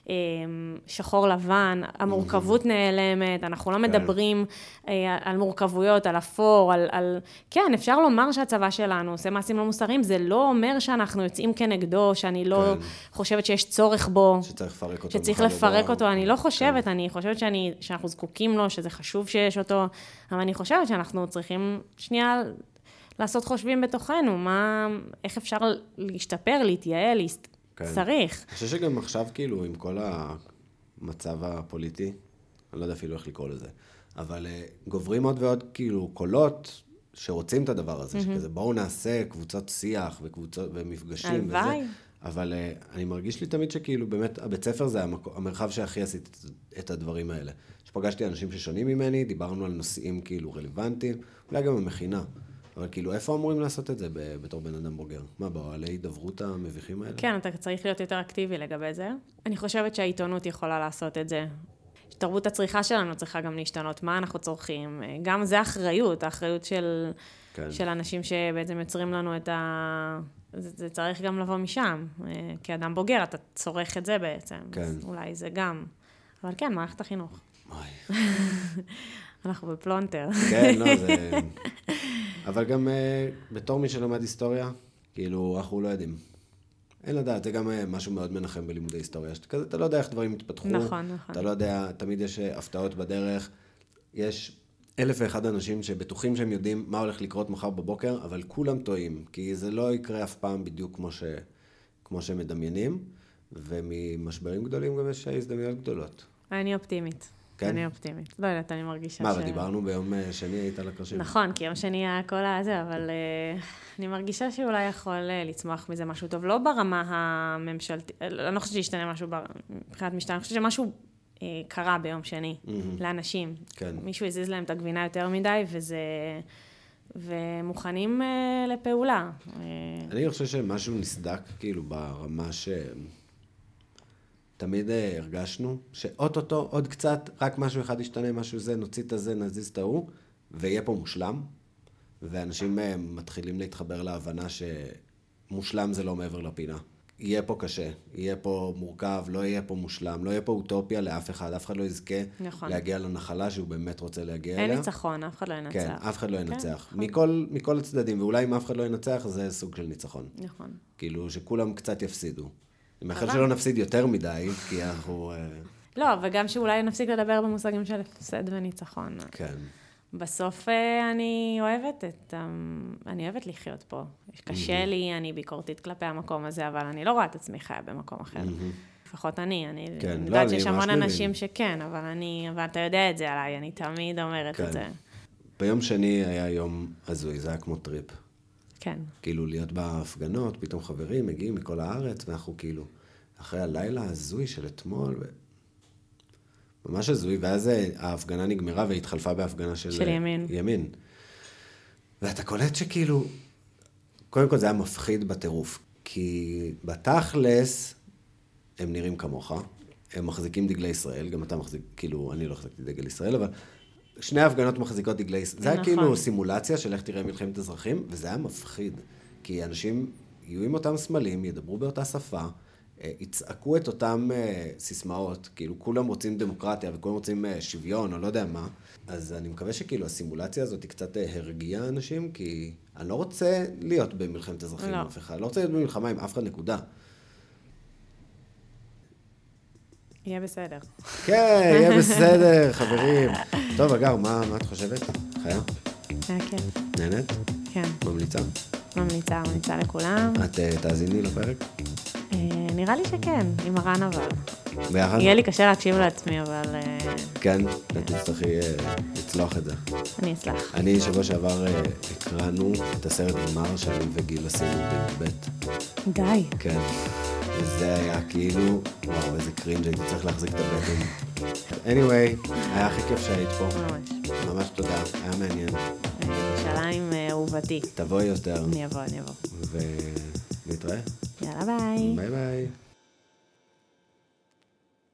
שחור לבן, המורכבות נעלמת, אנחנו לא מדברים על מורכבויות, על אפור, על, על... כן, אפשר לומר שהצבא שלנו עושה מעשים לא מוסריים, זה לא אומר שאנחנו יוצאים כנגדו, שאני לא חושבת שיש צורך בו, שצריך לפרק אותו, שצריך לפרק אותו, אני לא חושבת, אני חושבת שאני, שאנחנו זקוקים לו, שזה חשוב שיש אותו, אבל אני חושבת שאנחנו צריכים שנייה לעשות חושבים בתוכנו, מה, איך אפשר להשתפר, להתייעל, להסת... צריך. אני חושב שגם עכשיו, כאילו, עם כל המצב הפוליטי, אני לא יודע אפילו איך לקרוא לזה, אבל גוברים עוד ועוד, כאילו, קולות שרוצים את הדבר הזה, שכזה, בואו נעשה קבוצות שיח וקבוצות ומפגשים וזה. הלוואי. אבל אני מרגיש לי תמיד שכאילו, באמת, הבית ספר זה המרחב שהכי עשיתי את הדברים האלה. שפגשתי אנשים ששונים ממני, דיברנו על נושאים כאילו רלוונטיים, אולי גם במכינה. אבל כאילו, איפה אמורים לעשות את זה בתור בן אדם בוגר? מה, בעלי דברות המביכים האלה? כן, אתה צריך להיות יותר אקטיבי לגבי זה. אני חושבת שהעיתונות יכולה לעשות את זה. תרבות הצריכה שלנו צריכה גם להשתנות. מה אנחנו צורכים? גם זה אחריות, האחריות של, כן. של אנשים שבעצם יוצרים לנו את ה... זה, זה צריך גם לבוא משם. כאדם בוגר, אתה צורך את זה בעצם. כן. אולי זה גם. אבל כן, מערכת החינוך. אוי. אנחנו בפלונטר. כן, לא, זה... אבל גם uh, בתור מי שלומד היסטוריה, כאילו, אנחנו לא יודעים. אין לדעת, זה גם משהו מאוד מנחם בלימודי היסטוריה. שכזה, אתה לא יודע איך דברים יתפתחו. נכון, נכון. אתה לא יודע, תמיד יש הפתעות בדרך. יש אלף ואחד אנשים שבטוחים שהם יודעים מה הולך לקרות מחר בבוקר, אבל כולם טועים, כי זה לא יקרה אף פעם בדיוק כמו, ש... כמו שהם מדמיינים, וממשברים גדולים גם יש הזדמנויות גדולות. אני אופטימית. כן? אני אופטימית. לא יודעת, אני מרגישה מה, ש... מה, ודיברנו ביום שני, היית על הקרשים. נכון, כי יום שני היה כל הזה, אבל uh, אני מרגישה שאולי יכול uh, לצמוח מזה משהו טוב, לא ברמה הממשלתית, אני לא חושבת שישתנה משהו מבחינת משתנה, אני חושבת שמשהו קרה ביום שני, לאנשים. כן. מישהו הזיז להם את הגבינה יותר מדי, וזה... ומוכנים לפעולה. אני חושב שמשהו נסדק, כאילו, ברמה ש... תמיד הרגשנו שאוטוטו, עוד קצת, רק משהו אחד ישתנה, משהו זה, נוציא את זה, נזיז את ההוא, ויהיה פה מושלם, ואנשים מתחילים להתחבר להבנה שמושלם זה לא מעבר לפינה. יהיה פה קשה, יהיה פה מורכב, לא יהיה פה מושלם, לא יהיה פה אוטופיה לאף אחד, אף אחד לא יזכה נכון. להגיע לנחלה שהוא באמת רוצה להגיע אליה. אין ניצחון, אף אחד לא ינצח. כן, אף אחד לא ינצח. כן, מכל, מכל הצדדים, ואולי אם אף אחד לא ינצח, זה סוג של ניצחון. נכון. כאילו שכולם קצת יפסידו. אני מאחל שלא נפסיד יותר מדי, כי אנחנו... לא, וגם שאולי נפסיק לדבר במושגים של הפסד וניצחון. כן. בסוף אני אוהבת את... אני אוהבת לחיות פה. קשה לי, אני ביקורתית כלפי המקום הזה, אבל אני לא רואה את עצמי חיה במקום אחר. לפחות אני. אני יודעת שיש המון אנשים שכן, אבל אני... אבל אתה יודע את זה עליי, אני תמיד אומרת את זה. ביום שני היה יום הזוי, זה היה כמו טריפ. כן. כאילו להיות בהפגנות, פתאום חברים מגיעים מכל הארץ, ואנחנו כאילו, אחרי הלילה הזוי של אתמול, ו... ממש הזוי, ואז ההפגנה נגמרה והתחלפה בהפגנה של... של ימין. ימין. ואתה קולט שכאילו, קודם כל זה היה מפחיד בטירוף, כי בתכלס הם נראים כמוך, הם מחזיקים דגלי ישראל, גם אתה מחזיק, כאילו, אני לא החזקתי דגל ישראל, אבל... שני ההפגנות מחזיקות דגלי ישראל. זה היה כאילו סימולציה של איך תראה מלחמת אזרחים, וזה היה מפחיד. כי אנשים יהיו עם אותם סמלים, ידברו באותה שפה, יצעקו את אותם סיסמאות, כאילו כולם רוצים דמוקרטיה וכולם רוצים שוויון או לא יודע מה. אז אני מקווה שכאילו הסימולציה הזאת היא קצת הרגיעה אנשים, כי אני לא רוצה להיות במלחמת אזרחים עם אף אחד. אני לא רוצה להיות במלחמה עם אף אחד נקודה. יהיה בסדר. כן, יהיה בסדר, חברים. טוב, אגר, מה, מה את חושבת? חיה? היה כיף. נהנית? כן. ממליצה? ממליצה, ממליצה לכולם. את תאזיני לפרק? נראה לי שכן, עם הרן אבל. ביחד? יהיה לי קשה להקשיב לעצמי, אבל... כן, את תצטרכי לצלוח את זה. אני אצלח. אני שבוע שעבר הקראנו את הסרט גמר שאני וגיל עשינו בבית. די. כן. וזה היה כאילו, וואו, איזה קרינג' הייתי צריך להחזיק את הבטן. anyway, היה הכי כיף שהיית פה. ממש. ממש תודה, היה מעניין. ירושלים אהובתי. תבואי יותר. אני אבוא, אני אבוא. ונתראה. יאללה ביי. ביי ביי.